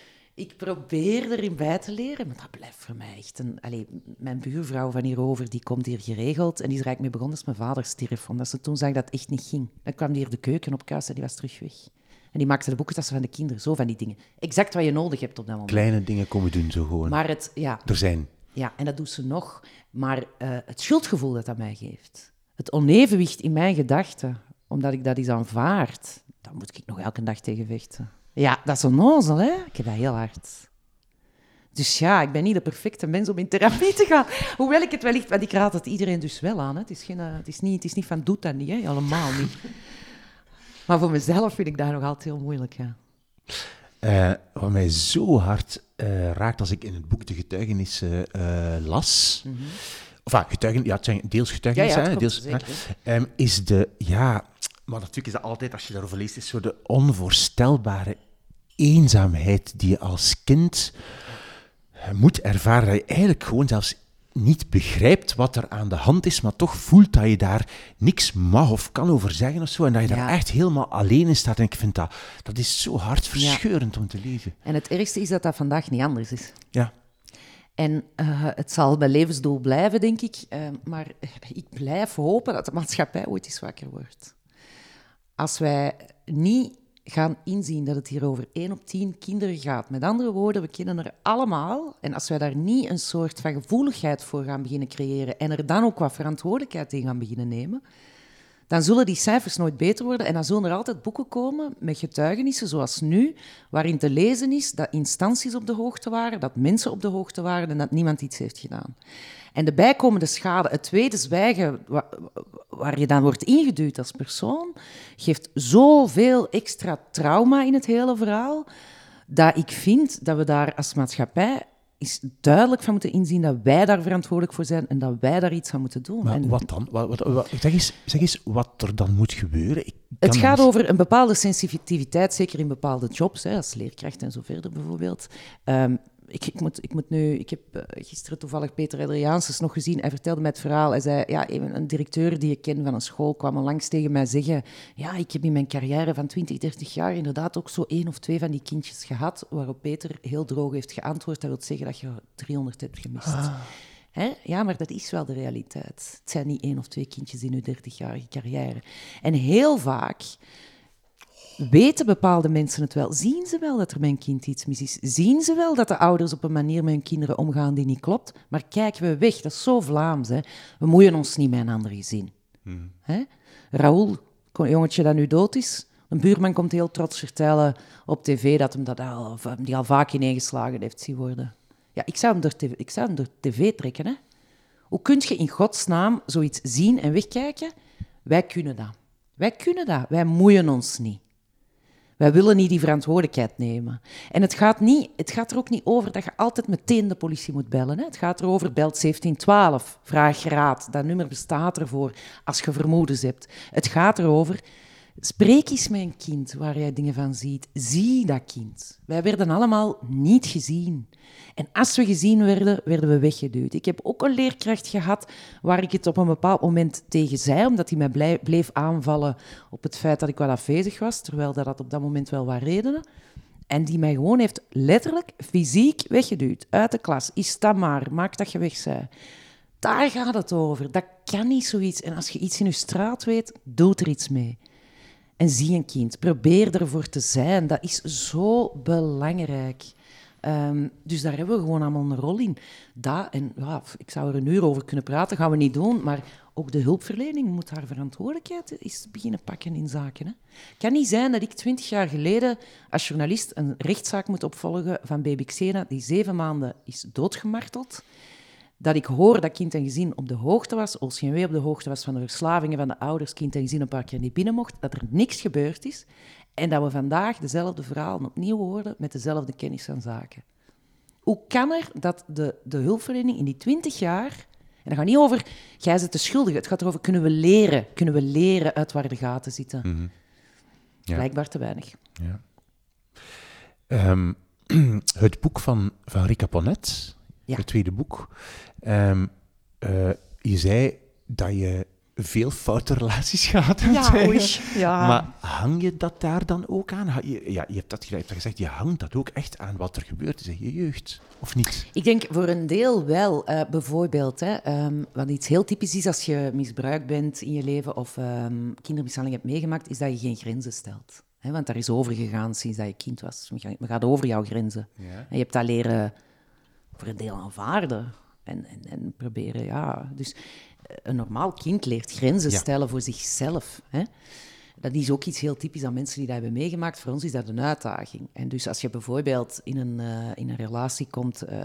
Ik probeer erin bij te leren, maar dat blijft voor mij echt een... Allee, mijn buurvrouw van hierover, die komt hier geregeld en die is er eigenlijk mee begonnen als mijn vader stierf, omdat ze toen zag dat het echt niet ging. Dan kwam die hier de keuken op kuis en die was terug weg. En die maakte de boekentassen van de kinderen, zo van die dingen. Exact wat je nodig hebt op dat moment. Kleine dingen komen doen, zo gewoon. Maar het, ja... Er zijn. Ja, en dat doet ze nog. Maar uh, het schuldgevoel dat dat mij geeft, het onevenwicht in mijn gedachten, omdat ik dat eens aanvaard, daar moet ik nog elke dag tegen vechten. Ja, dat is onnozel, hè? Ik heb dat heel hard. Dus ja, ik ben niet de perfecte mens om in therapie te gaan. Hoewel ik het wellicht... Want ik raad het iedereen dus wel aan. Hè? Het, is geen, uh, het, is niet, het is niet van, doe dat niet, hè? Allemaal niet. Maar voor mezelf vind ik dat nog altijd heel moeilijk, ja. Uh, wat mij zo hard uh, raakt als ik in het boek de getuigenissen uh, las... Mm-hmm. Of ah, getuigen, ja, het zijn deels getuigenissen, ja, ja, hè, deels, hè, um, is de... Ja, maar natuurlijk is dat altijd, als je daarover leest, is zo de onvoorstelbare eenzaamheid die je als kind moet ervaren. Dat je eigenlijk gewoon zelfs niet begrijpt wat er aan de hand is, maar toch voelt dat je daar niks mag of kan over zeggen of zo. En dat je ja. daar echt helemaal alleen in staat. En ik vind dat, dat is zo hartverscheurend ja. om te lezen. En het ergste is dat dat vandaag niet anders is. Ja. En uh, het zal mijn levensdoel blijven, denk ik. Uh, maar ik blijf hopen dat de maatschappij ooit eens wakker wordt. Als wij niet gaan inzien dat het hier over één op tien kinderen gaat. Met andere woorden, we kennen er allemaal. En als wij daar niet een soort van gevoeligheid voor gaan beginnen creëren en er dan ook wat verantwoordelijkheid in gaan beginnen nemen, dan zullen die cijfers nooit beter worden en dan zullen er altijd boeken komen met getuigenissen zoals nu, waarin te lezen is dat instanties op de hoogte waren, dat mensen op de hoogte waren en dat niemand iets heeft gedaan. En de bijkomende schade, het tweede zwijgen waar, waar je dan wordt ingeduwd als persoon, geeft zoveel extra trauma in het hele verhaal, dat ik vind dat we daar als maatschappij is duidelijk van moeten inzien dat wij daar verantwoordelijk voor zijn en dat wij daar iets aan moeten doen. Maar en wat dan? Wat, wat, wat, zeg, eens, zeg eens wat er dan moet gebeuren. Ik het gaat eens... over een bepaalde sensitiviteit, zeker in bepaalde jobs, hè, als leerkracht en zo verder bijvoorbeeld. Um, ik, ik, moet, ik moet nu... Ik heb uh, gisteren toevallig Peter Adriaanses nog gezien. Hij vertelde mij het verhaal. Hij zei, ja, een directeur die ik ken van een school kwam langs tegen mij zeggen, ja, ik heb in mijn carrière van twintig, dertig jaar inderdaad ook zo één of twee van die kindjes gehad, waarop Peter heel droog heeft geantwoord. Dat wil zeggen dat je driehonderd hebt gemist. Ah. Hè? Ja, maar dat is wel de realiteit. Het zijn niet één of twee kindjes in uw dertigjarige carrière. En heel vaak Weten bepaalde mensen het wel? Zien ze wel dat er met een kind iets mis is? Zien ze wel dat de ouders op een manier met hun kinderen omgaan die niet klopt? Maar kijken we weg, dat is zo Vlaams. Hè? We moeien ons niet met een ander gezin. Hmm. Hè? Raoul, een jongetje dat nu dood is, een buurman komt heel trots vertellen op tv dat hem dat al, of hem die al vaak ineengeslagen heeft zien worden. Ja, ik zou hem door tv, ik zou hem door tv trekken. Hè? Hoe kun je in godsnaam zoiets zien en wegkijken? Wij kunnen dat. Wij kunnen dat. Wij moeien ons niet. Wij willen niet die verantwoordelijkheid nemen. En het gaat, niet, het gaat er ook niet over dat je altijd meteen de politie moet bellen. Hè? Het gaat erover, belt zeventien twaalf, vraag raad. Dat nummer bestaat ervoor als je vermoedens hebt. Het gaat erover, spreek eens met een kind waar jij dingen van ziet. Zie dat kind. Wij werden allemaal niet gezien. En als we gezien werden, werden we weggeduwd. Ik heb ook een leerkracht gehad waar ik het op een bepaald moment tegen zei, omdat hij mij bleef aanvallen op het feit dat ik wel afwezig was, terwijl dat had op dat moment wel wat redenen. En die mij gewoon heeft letterlijk fysiek weggeduwd. Uit de klas. Is dat maar. Maak dat je weg zij. Daar gaat het over. Dat kan niet zoiets. En als je iets in je straat weet, doe er iets mee. En zie een kind. Probeer ervoor te zijn. Dat is zo belangrijk. Um, dus daar hebben we gewoon allemaal een rol in. Dat, en ja, ik zou er een uur over kunnen praten, gaan we niet doen, maar ook de hulpverlening moet haar verantwoordelijkheid eens beginnen pakken in zaken. Hè. Het kan niet zijn dat ik twintig jaar geleden als journalist een rechtszaak moet opvolgen van baby Xena, die zeven maanden is doodgemarteld. Dat ik hoor dat kind en gezin op de hoogte was, O C M W op de hoogte was van de verslavingen van de ouders, kind en gezin een paar keer niet binnen mocht, dat er niks gebeurd is. En dat we vandaag dezelfde verhalen opnieuw horen met dezelfde kennis van zaken. Hoe kan er dat de, de hulpverlening in die twintig jaar... En dat gaat niet over, jij bent de schuldige. Het gaat erover, kunnen we leren? Kunnen we leren uit waar de gaten zitten? Mm-hmm. Ja. Blijkbaar te weinig. Ja. Um, het boek van, van Rika Ponet, ja. Het tweede boek. Um, uh, je zei dat je... veel foute relaties gehad hebt. Ja, oei, ja. Maar hang je dat daar dan ook aan? Je, ja, je hebt dat gezegd, je hangt dat ook echt aan wat er gebeurd is in je jeugd, of niet? Ik denk voor een deel wel. Uh, bijvoorbeeld, hè, um, wat iets heel typisch is als je misbruikt bent in je leven of um, kindermishandeling hebt meegemaakt, is dat je geen grenzen stelt. Hè, want daar is overgegaan sinds dat je kind was. Men gaat over jouw grenzen. Ja. En je hebt dat leren voor een deel aanvaarden en, en, en proberen, ja... Dus, een normaal kind leert grenzen ja. stellen voor zichzelf. Hè? Dat is ook iets heel typisch aan mensen die dat hebben meegemaakt. Voor ons is dat een uitdaging. En dus als je bijvoorbeeld in een, uh, in een relatie komt... Uh,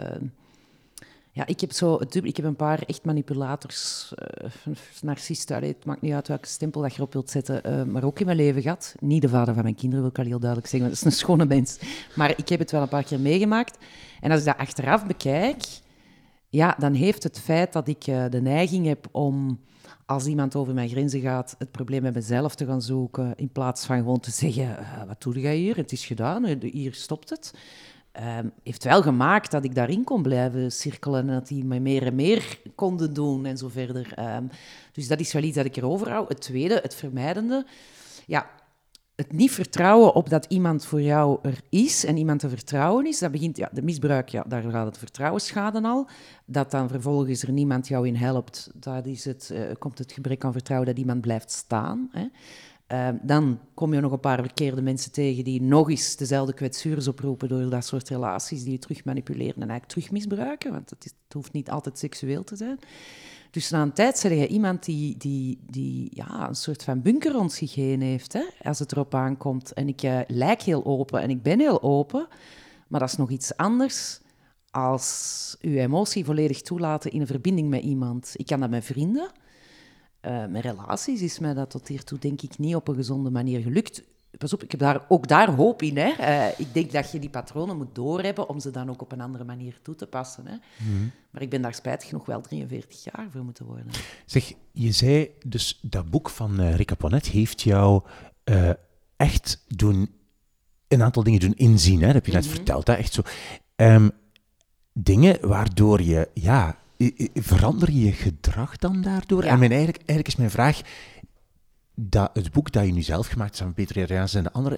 ja, ik heb, zo, ik heb een paar echt manipulators, uh, narcisten, allee, het maakt niet uit welke stempel dat je erop wilt zetten, uh, maar ook in mijn leven gehad. Niet de vader van mijn kinderen, wil ik al heel duidelijk zeggen, want dat is een schone mens. Maar ik heb het wel een paar keer meegemaakt. En als ik dat achteraf bekijk... Ja, dan heeft het feit dat ik uh, de neiging heb om, als iemand over mijn grenzen gaat, het probleem bij mezelf te gaan zoeken, in plaats van gewoon te zeggen, uh, wat doe jij hier? Het is gedaan, hier stopt het. Uh, heeft wel gemaakt dat ik daarin kon blijven cirkelen en dat die me meer en meer konden doen en zo verder. Uh, dus dat is wel iets dat ik erover hou. Het tweede, het vermijdende. Ja, het niet vertrouwen op dat iemand voor jou er is en iemand te vertrouwen is, dat begint, ja, de misbruik, ja, daar gaat het vertrouwensschade al. Dat dan vervolgens er niemand jou in helpt, dat is het, uh, komt het gebrek aan vertrouwen dat iemand blijft staan. Hè. Uh, dan kom je nog een paar verkeerde mensen tegen die nog eens dezelfde kwetsures oproepen door dat soort relaties die je terug manipuleren en eigenlijk terug misbruiken, want het, is, het hoeft niet altijd seksueel te zijn. Dus na een tijd zeg je iemand die, die, die ja, een soort van bunker rond zich heen heeft, hè, als het erop aankomt. En ik uh, lijk heel open en ik ben heel open, maar dat is nog iets anders als uw emotie volledig toelaten in een verbinding met iemand. Ik kan dat met vrienden. Uh, met relaties is mij dat tot hiertoe denk ik niet op een gezonde manier gelukt. Pas op, ik heb daar, ook daar hoop in. Hè. Uh, ik denk dat je die patronen moet doorhebben om ze dan ook op een andere manier toe te passen. Hè. Mm-hmm. Maar ik ben daar spijtig nog wel drieënveertig jaar voor moeten worden. Zeg, je zei dus dat boek van uh, Rika Ponet heeft jou uh, echt doen, een aantal dingen doen inzien. Hè? Dat heb je net mm-hmm. verteld, hè? Echt zo. Um, dingen waardoor je, ja, verander je je gedrag dan daardoor? Ja. En mijn, eigenlijk, eigenlijk is mijn vraag... Dat het boek dat je nu zelf gemaakt hebt, van Peter Adriaanse en de anderen,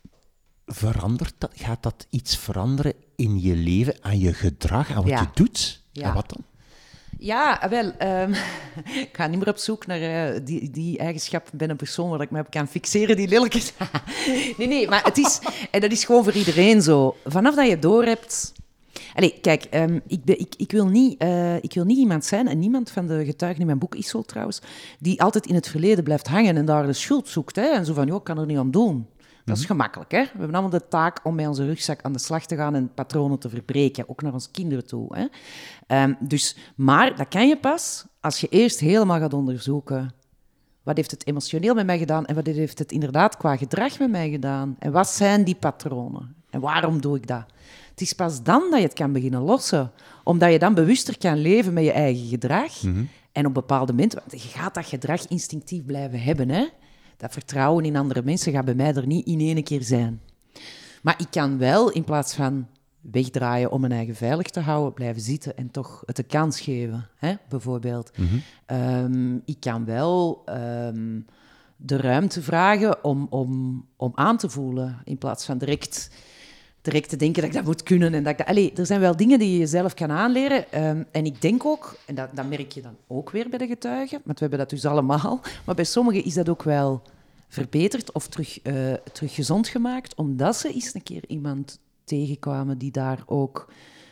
verandert dat, gaat dat iets veranderen in je leven, aan je gedrag, aan wat ja. je doet? Ja. En wat dan? Ja, wel. Um, ik ga niet meer op zoek naar uh, die, die eigenschap bij een persoon waar ik me op kan fixeren, die lelijk is. nee, nee, maar het is, en dat is gewoon voor iedereen zo. Vanaf dat je doorhebt... Allee, kijk, um, ik, ben, ik, ik, wil niet, uh, ik wil niet iemand zijn, en niemand van de getuigen in mijn boek is zo trouwens, die altijd in het verleden blijft hangen en daar de schuld zoekt. Hè, en zo van, joh, ik kan er niet aan doen. Dat is gemakkelijk, hè. We hebben allemaal de taak om met onze rugzak aan de slag te gaan en patronen te verbreken, ook naar onze kinderen toe. Hè. Um, dus, maar dat kan je pas als je eerst helemaal gaat onderzoeken. Wat heeft het emotioneel met mij gedaan en wat heeft het inderdaad qua gedrag met mij gedaan? En wat zijn die patronen? En waarom doe ik dat? Het is pas dan dat je het kan beginnen lossen. Omdat je dan bewuster kan leven met je eigen gedrag. Mm-hmm. En op bepaalde momenten... Want je gaat dat gedrag instinctief blijven hebben, hè. Dat vertrouwen in andere mensen gaat bij mij er niet in één keer zijn. Maar ik kan wel, in plaats van wegdraaien om mijn eigen veilig te houden, blijven zitten en toch het de kans geven, hè, bijvoorbeeld. Mm-hmm. Um, ik kan wel um, de ruimte vragen om, om, om aan te voelen, in plaats van direct, direct te denken dat ik dat moet kunnen. En dat ik dat... Allee, er zijn wel dingen die je jezelf kan aanleren. Um, en ik denk ook, en dat, dat merk je dan ook weer bij de getuigen, want we hebben dat dus allemaal, maar bij sommigen is dat ook wel verbeterd of terug, uh, terug gezond gemaakt, omdat ze eens een keer iemand tegenkwamen die daar ook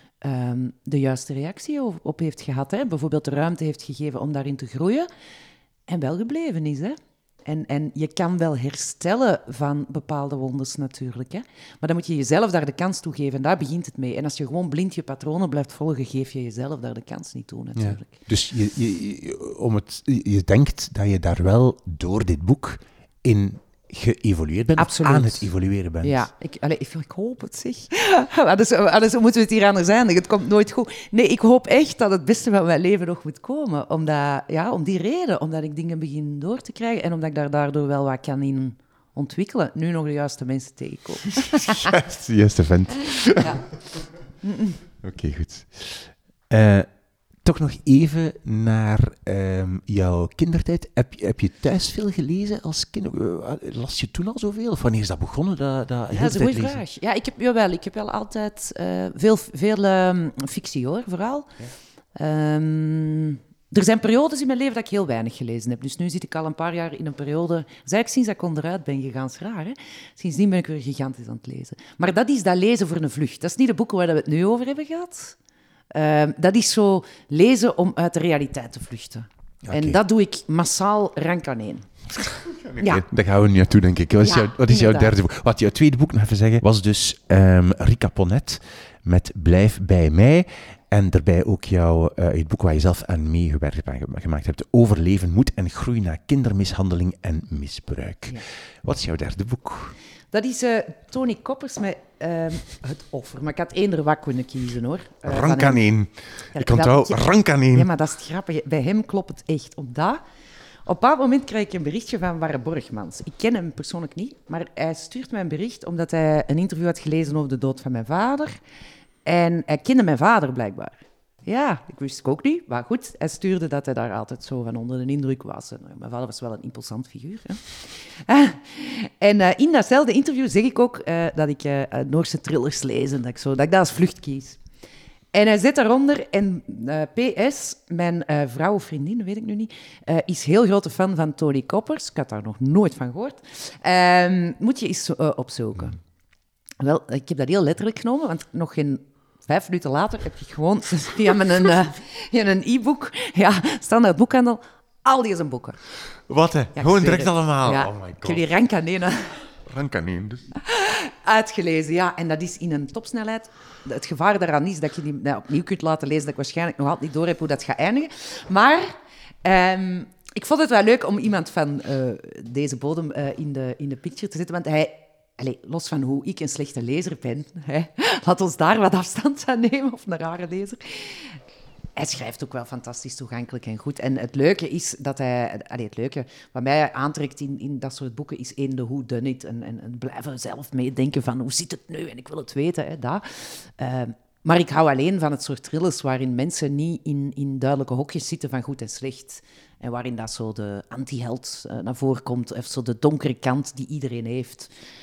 um, de juiste reactie op, op heeft gehad. Hè? Bijvoorbeeld de ruimte heeft gegeven om daarin te groeien en wel gebleven is. Hè? En, en je kan wel herstellen van bepaalde wondes natuurlijk. Hè? Maar dan moet je jezelf daar de kans toe geven. En daar begint het mee. En als je gewoon blind je patronen blijft volgen, geef je jezelf daar de kans niet toe natuurlijk. Ja. Dus je, je, om het, je denkt dat je daar wel door dit boek in geëvolueerd bent, Absoluut. Aan het evolueren bent. Ja, ik, allez, ik, ik hoop het, zeg. Anders, anders moeten we het hier anders eindigen. Het komt nooit goed. Nee, ik hoop echt dat het beste van mijn leven nog moet komen. Omdat, ja, om die reden. Omdat ik dingen begin door te krijgen en omdat ik daar daardoor wel wat kan in ontwikkelen. Nu nog de juiste mensen tegenkomen. Juist, de juiste vent. Ja. Oké, okay, goed. Uh, Toch nog even naar um, jouw kindertijd. Heb, heb je thuis veel gelezen als kind? Las je toen al zoveel? Of wanneer is dat begonnen? Dat, dat ja, dat is een goede vraag. Ja, ik heb, jawel, ik heb wel altijd uh, veel, veel um, fictie, hoor, vooral. Ja. Um, er zijn periodes in mijn leven dat ik heel weinig gelezen heb. Dus nu zit ik al een paar jaar in een periode... Dat is eigenlijk sinds dat ik onderuit ben gegaan, is raar, hè? Sindsdien ben ik weer gigantisch aan het lezen. Maar dat is dat lezen voor een vlucht. Dat is niet de boeken waar we het nu over hebben gehad. Uh, dat is zo lezen om uit de realiteit te vluchten. Okay. En dat doe ik massaal rank aan één. Okay, ja. Daar gaan we nu naartoe, denk ik. Wat is, ja, jouw, wat is jouw derde boek? Wat jouw tweede boek, nog even zeggen, was dus um, Rika Ponet met Blijf bij mij. En daarbij ook jouw, uh, het boek waar je zelf aan meegewerkt gemaakt hebt. Overleven, moed en groei na kindermishandeling en misbruik. Ja. Wat is jouw derde boek? Dat is uh, Tony Koppers met uh, Het Offer. Maar ik had één er wat kunnen kiezen, hoor. Uh, rank aan één. Ik onthoud, rank aan één. Ja, maar dat is het grappige. Bij hem klopt het echt. Omdat... Op een bepaald moment krijg ik een berichtje van Warre Borgmans. Ik ken hem persoonlijk niet, maar hij stuurt mij een bericht omdat hij een interview had gelezen over de dood van mijn vader. En hij kende mijn vader blijkbaar. Ja, ik wist het ook niet, maar goed, hij stuurde dat hij daar altijd zo van onder de indruk was. En mijn vader was wel een imposant figuur. Hè. Ah, en uh, in datzelfde interview zeg ik ook uh, dat ik uh, Noorse thrillers lees en dat ik, zo, dat ik dat als vlucht kies. En hij zet daaronder, en uh, P S, mijn uh, vrouw of vriendin, weet ik nu niet, uh, is heel grote fan van Tony Koppers. Ik had daar nog nooit van gehoord. Uh, moet je eens uh, opzoeken. Wel, ik heb dat heel letterlijk genomen, want nog geen... Vijf minuten later heb ik gewoon via mijn uh, een e-book, ja, standaard boekhandel, al deze boeken. Wat hè? Ja, gewoon direct het. allemaal? Ja, oh my god. Ik heb die rank aan één. Rank aan één, dus. Uitgelezen, ja. En dat is in een topsnelheid. Het gevaar daaraan is dat je die nou, opnieuw kunt laten lezen, dat ik waarschijnlijk nog altijd niet door heb hoe dat gaat eindigen. Maar um, ik vond het wel leuk om iemand van uh, deze bodem uh, in, de, in de picture te zetten, want hij... Allee, los van hoe ik een slechte lezer ben, hè, laat ons daar wat afstand aan nemen, of een rare lezer. Hij schrijft ook wel fantastisch toegankelijk en goed. En het leuke is dat hij... Allee, het leuke wat mij aantrekt in, in dat soort boeken is één, de who done it. En, en, en blijven zelf meedenken van hoe zit het nu? En ik wil het weten, hè, dat. Uh, maar ik hou alleen van het soort thrillers waarin mensen niet in, in duidelijke hokjes zitten van goed en slecht. En waarin dat zo de anti-held uh, naar voren komt, of zo de donkere kant die iedereen heeft.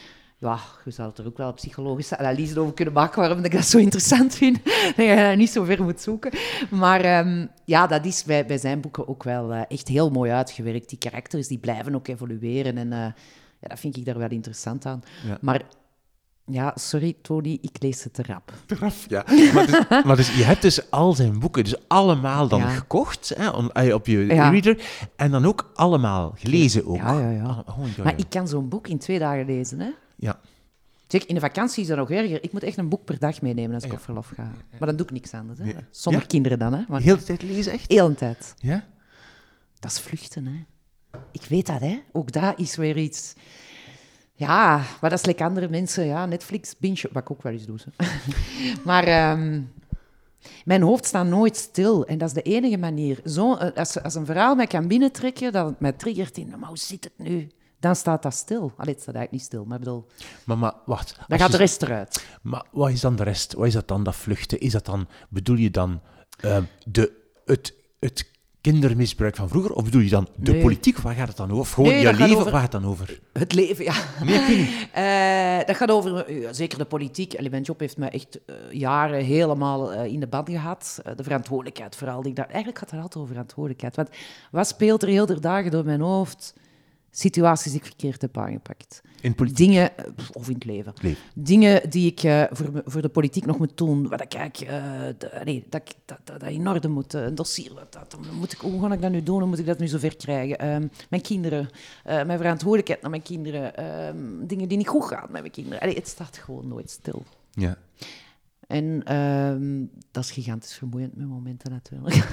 Ja, je zou het er ook wel een psychologische analyse over kunnen maken waarom ik dat zo interessant vind. Dat je dat niet zo ver moet zoeken. Maar um, ja, dat is bij, bij zijn boeken ook wel uh, echt heel mooi uitgewerkt. Die karakters die blijven ook evolueren. En uh, ja, dat vind ik daar wel interessant aan. Ja. Maar ja, sorry Tony, ik lees het te rap. Te rap, ja. Maar, dus, maar dus, je hebt dus al zijn boeken dus allemaal dan ja. gekocht hè, on, op je ja. e-reader. En dan ook allemaal gelezen ook. Ja, ja, ja. Oh, oh, ja maar ja. ik kan zo'n boek in twee dagen lezen, hè. Ja. Zeg, in de vakantie is dat nog erger. Ik moet echt een boek per dag meenemen als ik ja. op verlof ga. Maar dan doe ik niks anders. Hè. Zonder ja? kinderen dan. Hè. Maar heel de tijd lezen, echt? Heel de tijd. Ja? Dat is vluchten, hè. Ik weet dat, hè. Ook dat is weer iets... Ja, maar dat is lekker andere mensen. Ja, Netflix, binge, wat ik ook wel eens doe. maar um, mijn hoofd staat nooit stil. En dat is de enige manier. Zo, als, als een verhaal mij kan binnentrekken, dat het mij triggert in, maar hoe zit het nu? Dan staat dat stil. Allee, het staat eigenlijk niet stil, maar ik bedoel... Maar, maar wacht. Dan gaat de rest eruit. Maar wat is dan de rest? Wat is dat dan, dat vluchten? Is dat dan, bedoel je dan uh, de, het, het kindermisbruik van vroeger? Of bedoel je dan de nee. politiek? Waar gaat het dan over? Of gewoon nee, je leven? Over... Waar gaat het dan over? Het leven, ja. Nee, ik weet niet. Uh, dat gaat over, uh, zeker de politiek. Allee, mijn job heeft me echt uh, jaren helemaal uh, in de band gehad. Uh, de verantwoordelijkheid vooral. Die ik daar... Eigenlijk gaat het altijd over verantwoordelijkheid. Want wat speelt er heel de dagen door mijn hoofd? Situaties die ik verkeerd heb aangepakt. In politiek? Dingen, of in het leven. leven. Dingen die ik uh, voor, voor de politiek nog moet doen. Wat ik eigenlijk, uh, de, nee, dat, dat, dat, dat in orde moet. Uh, een dossier. Dat, dat, dan moet ik, hoe ga ik dat nu doen? Hoe moet ik dat nu zover krijgen? Um, mijn kinderen. Uh, mijn verantwoordelijkheid naar mijn kinderen. Um, dingen die niet goed gaan met mijn kinderen. Allee, het staat gewoon nooit stil. Ja. En um, dat is gigantisch vermoeiend met momenten natuurlijk.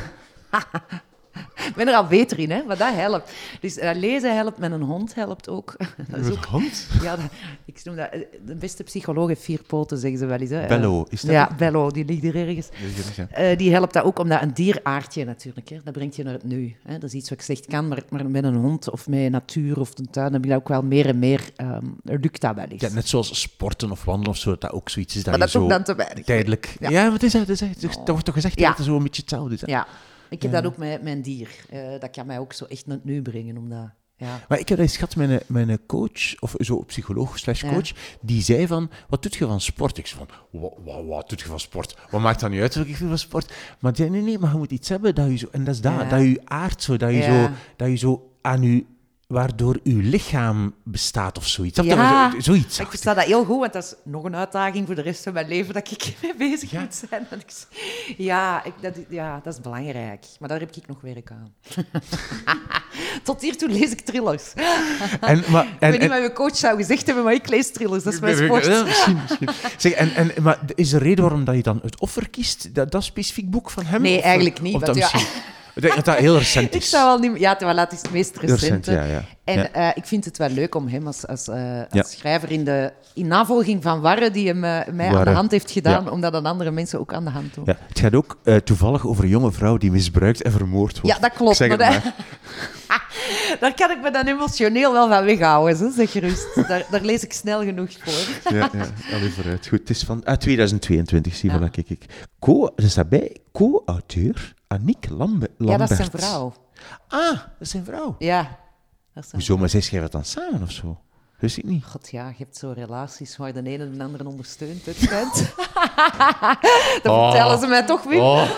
Ik ben er al beter in, hè? Maar dat helpt. Dus uh, lezen helpt, met een hond helpt ook. Dat is met ook een hond? Ja, dat, ik noem dat... De beste psycholoog heeft vier poten, zeggen ze wel eens. Hè? Bello, is dat? Ja, ook? Bello, die ligt er ergens. Ja. Uh, die helpt dat ook, omdat een dier aardt je natuurlijk. Hè? Dat brengt je naar het nu. Hè? Dat is iets wat ik slecht kan, maar, maar met een hond of met natuur of een tuin heb ik dat ook wel meer en meer... Um, lukt dat wel eens. Ja, net zoals sporten of wandelen of zo, dat dat ook zoiets is dat maar je dat zo... dan te weinig. Tijdelijk... Ja, ja wat is dat? Dat, is, dat oh. wordt toch gezegd ja. dat het zo een beetje hetzelfde is? Hè? Ja. Ik heb ja. dat ook met mijn dier. Uh, dat kan mij ook zo echt naar het nu brengen. Omdat, ja. Maar ik heb dat eens gehad met mijn, mijn coach, of zo psycholoog slash coach, ja. die zei van, wat doet je van sport? Ik zei van, wat, wat, wat doet je van sport? Wat maakt dat nu uit wat ik doe van sport? Maar die zei, nee, nee, maar je moet iets hebben dat je zo, en dat is dat, ja. dat je aard zo, dat je, ja. zo, dat je zo aan je, waardoor je lichaam bestaat of zoiets. Of ja, dat, zo, zoiets. Ik versta dat heel goed, want dat is nog een uitdaging voor de rest van mijn leven dat ik mee bezig ja. moet zijn. Dat ik, ja, ik, dat, ja, dat is belangrijk. Maar daar heb ik nog werk aan. Tot hiertoe lees ik thrillers. En, maar, en, ik weet niet en, wat mijn coach zou gezegd hebben, maar ik lees thrillers. Dat is mijn sport. Ja, misschien, misschien. Zeg, en, en, maar is er reden waarom dat je dan Het Offer kiest? Dat, dat specifiek boek van hem? Nee, of, eigenlijk niet. Of dat ja. Ik denk dat dat heel recent is. Ik zou wel niet... Ja, terwijl het is het meest recente. Recent, ja, ja. En ja. Uh, ik vind het wel leuk om hem als, als, uh, als ja. schrijver in, de, in navolging van Warre, die hem uh, mij Warre. aan de hand heeft gedaan, ja. om dat aan andere mensen ook aan de hand te doen. Ja. Het gaat ook uh, toevallig over een jonge vrouw die misbruikt en vermoord wordt. Ja, dat klopt. Maar maar. Dat... Daar kan ik me dan emotioneel wel van weghouden, zo, zeg gerust. Daar, daar lees ik snel genoeg voor. Ja, ja. Allee, vooruit. Goed, het is van ah, tweeduizend tweeëntwintig, zie je ja. kijk ik. Co, er staat bij co-auteur Aniek Lambe- Lambert. Ja, dat is zijn vrouw. Ah, dat is zijn vrouw. Ja. Hoezo, maar zij schrijven het dan samen of zo? Wist ik niet. God, ja, je hebt zo relaties waar de ene de andere ondersteunt, het schijnt. Dat oh. vertellen ze mij toch weer. Oh.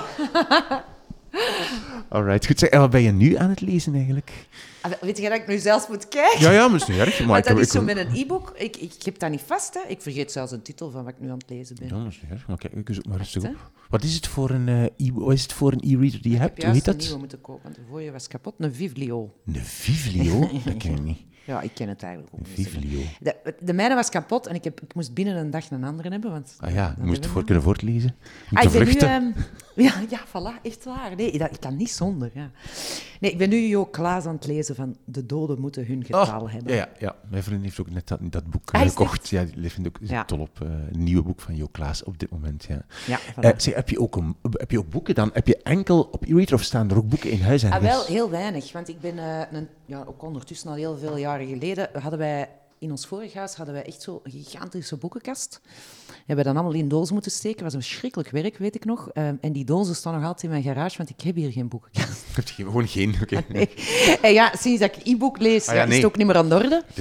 Alright, goed. Zeg, en wat ben je nu aan het lezen eigenlijk? Weet je dat ik nu zelfs moet kijken? Ja, ja, maar dat is niet erg. Maar, maar ik dat heb, is ik... zo met een e-book. Ik, ik heb dat niet vast, hè. Ik vergeet zelfs een titel van wat ik nu aan het lezen ben. Ja, dat is niet erg. Maar kijk, ik zoek maar rustig op. Wat is het voor een uh, e wat is het voor een e-reader die je hebt? Ik heb Hoe heet juist dat? een nieuwe moeten kopen, want de vorige was kapot. Een Vivlio. Een Vivlio? Dat ken ik niet. Ja, ik ken het eigenlijk ook niet. Vivlio. De, de mijne was kapot en ik, heb, ik moest binnen een dag een andere hebben. Want, ah ja, je moest het voor kunnen voortlezen. Om ah, te ik ben vluchten. Nu, um, ja, ja, voilà, echt waar. Nee, dat, ik kan niet zonder. Ja. Nee, ik ben nu Jo Klaas aan het lezen van De doden moeten hun getal oh, hebben. Ja, ja, ja, mijn vriend heeft ook net dat, dat boek ah, gekocht. Ja, die vindt ook ja. top op uh, een nieuwe boek van Jo Klaas op dit moment. Ja. Ja, voilà. uh, zeg, heb, je ook een, heb je ook boeken dan? Heb je enkel op e-reader of staan er ook boeken in huis? En ah, wel, heel weinig. Want ik ben uh, een, ja, ook ondertussen al heel veel jaren geleden... hadden wij in ons vorig huis hadden wij echt zo'n gigantische boekenkast. We hebben dat allemaal in dozen moeten steken. Dat was een verschrikkelijk werk, weet ik nog. Um, en die dozen staan nog altijd in mijn garage, want ik heb hier geen boekenkast. Heb je gewoon geen? Oké. Okay. Nee. En ja, sinds dat ik e-book lees, ah, ja, nee. is het ook niet meer aan de orde. Het is dat.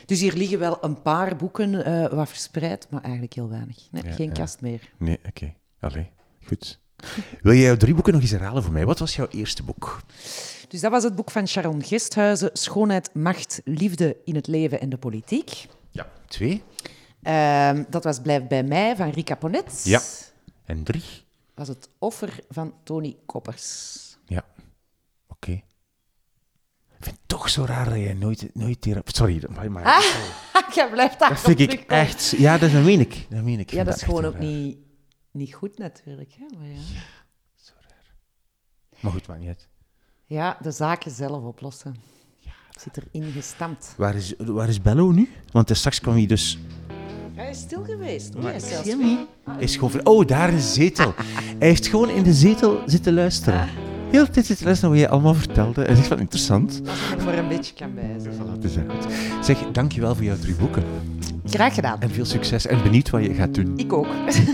Dus hier liggen wel een paar boeken uh, wat verspreid, maar eigenlijk heel weinig. Nee, Ja, geen ja. kast meer. Nee, oké. Okay. Allee, goed. Wil jij jouw drie boeken nog eens herhalen voor mij? Wat was jouw eerste boek? Dus dat was het boek van Sharon Gesthuizen, Schoonheid, Macht, Liefde in het leven en de politiek. Ja. Twee? Uh, dat was Blijf bij mij van Rika Ponet. Ja. En drie? Was het Offer van Tony Koppers. Ja. Oké. Okay. Ik vind het toch zo raar dat jij nooit... nooit therapeut... Sorry, maar... maar ah, jij blijft daar dat vind ik echt... Ja, dat meen ik. Dat meen ik. Ja, dat, dat is gewoon ook raar. niet, niet goed natuurlijk. Hè? Maar ja. Ja, zo raar. Maar goed, maakt niet uit. Ja, de zaken zelf oplossen. Ja, dat zit erin gestampt. Waar is, waar is Bello nu? Want straks kwam hij dus... Hij is stil geweest. Hoor. Hij is zelfs zie hem niet. Hij is gewoon... Oh, daar in de zetel. Hij heeft gewoon in de zetel zitten luisteren. Heel de tijd zitten luisteren wat je allemaal vertelde. Hij zegt van interessant. Als ik er maar een beetje kan bij zijn. Voilà, het is heel goed. Zeg, dankjewel voor jouw drie boeken. Graag gedaan. En veel succes. En benieuwd wat je gaat doen. Ik ook.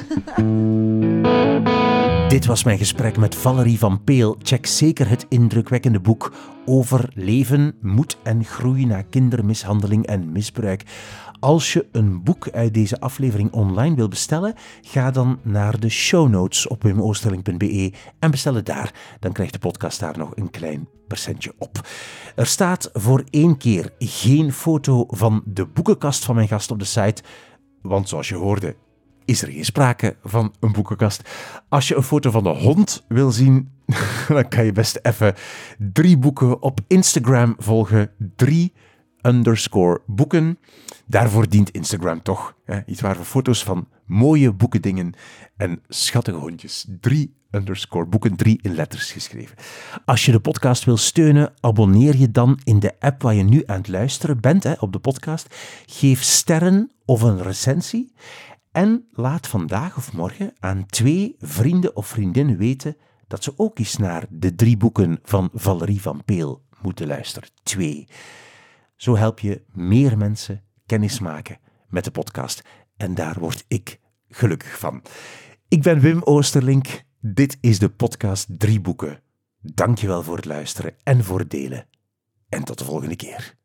Dit was mijn gesprek met Valerie van Peel. Check zeker het indrukwekkende boek over leven, moed en groei na kindermishandeling en misbruik. Als je een boek uit deze aflevering online wil bestellen, ga dan naar de show notes op wim oosterling punt b e en bestel het daar. Dan krijgt de podcast daar nog een klein percentje op. Er staat voor één keer geen foto van de boekenkast van mijn gast op de site, want zoals je hoorde, is er geen sprake van een boekenkast. Als je een foto van de hond wil zien, dan kan je best even drie boeken op Instagram volgen. Drie underscore boeken. Daarvoor dient Instagram toch. Hè? Iets waar voor foto's van mooie boekendingen en schattige hondjes. Drie underscore boeken, drie in letters geschreven. Als je de podcast wil steunen, abonneer je dan in de app waar je nu aan het luisteren bent, hè, op de podcast. Geef sterren of een recensie. En laat vandaag of morgen aan twee vrienden of vriendinnen weten dat ze ook eens naar de drie boeken van Valerie van Peel moeten luisteren. Twee. Zo help je meer mensen kennis maken met de podcast. En daar word ik gelukkig van. Ik ben Wim Oosterlink. Dit is de podcast Drie Boeken. Dank je wel voor het luisteren en voor het delen. En tot de volgende keer.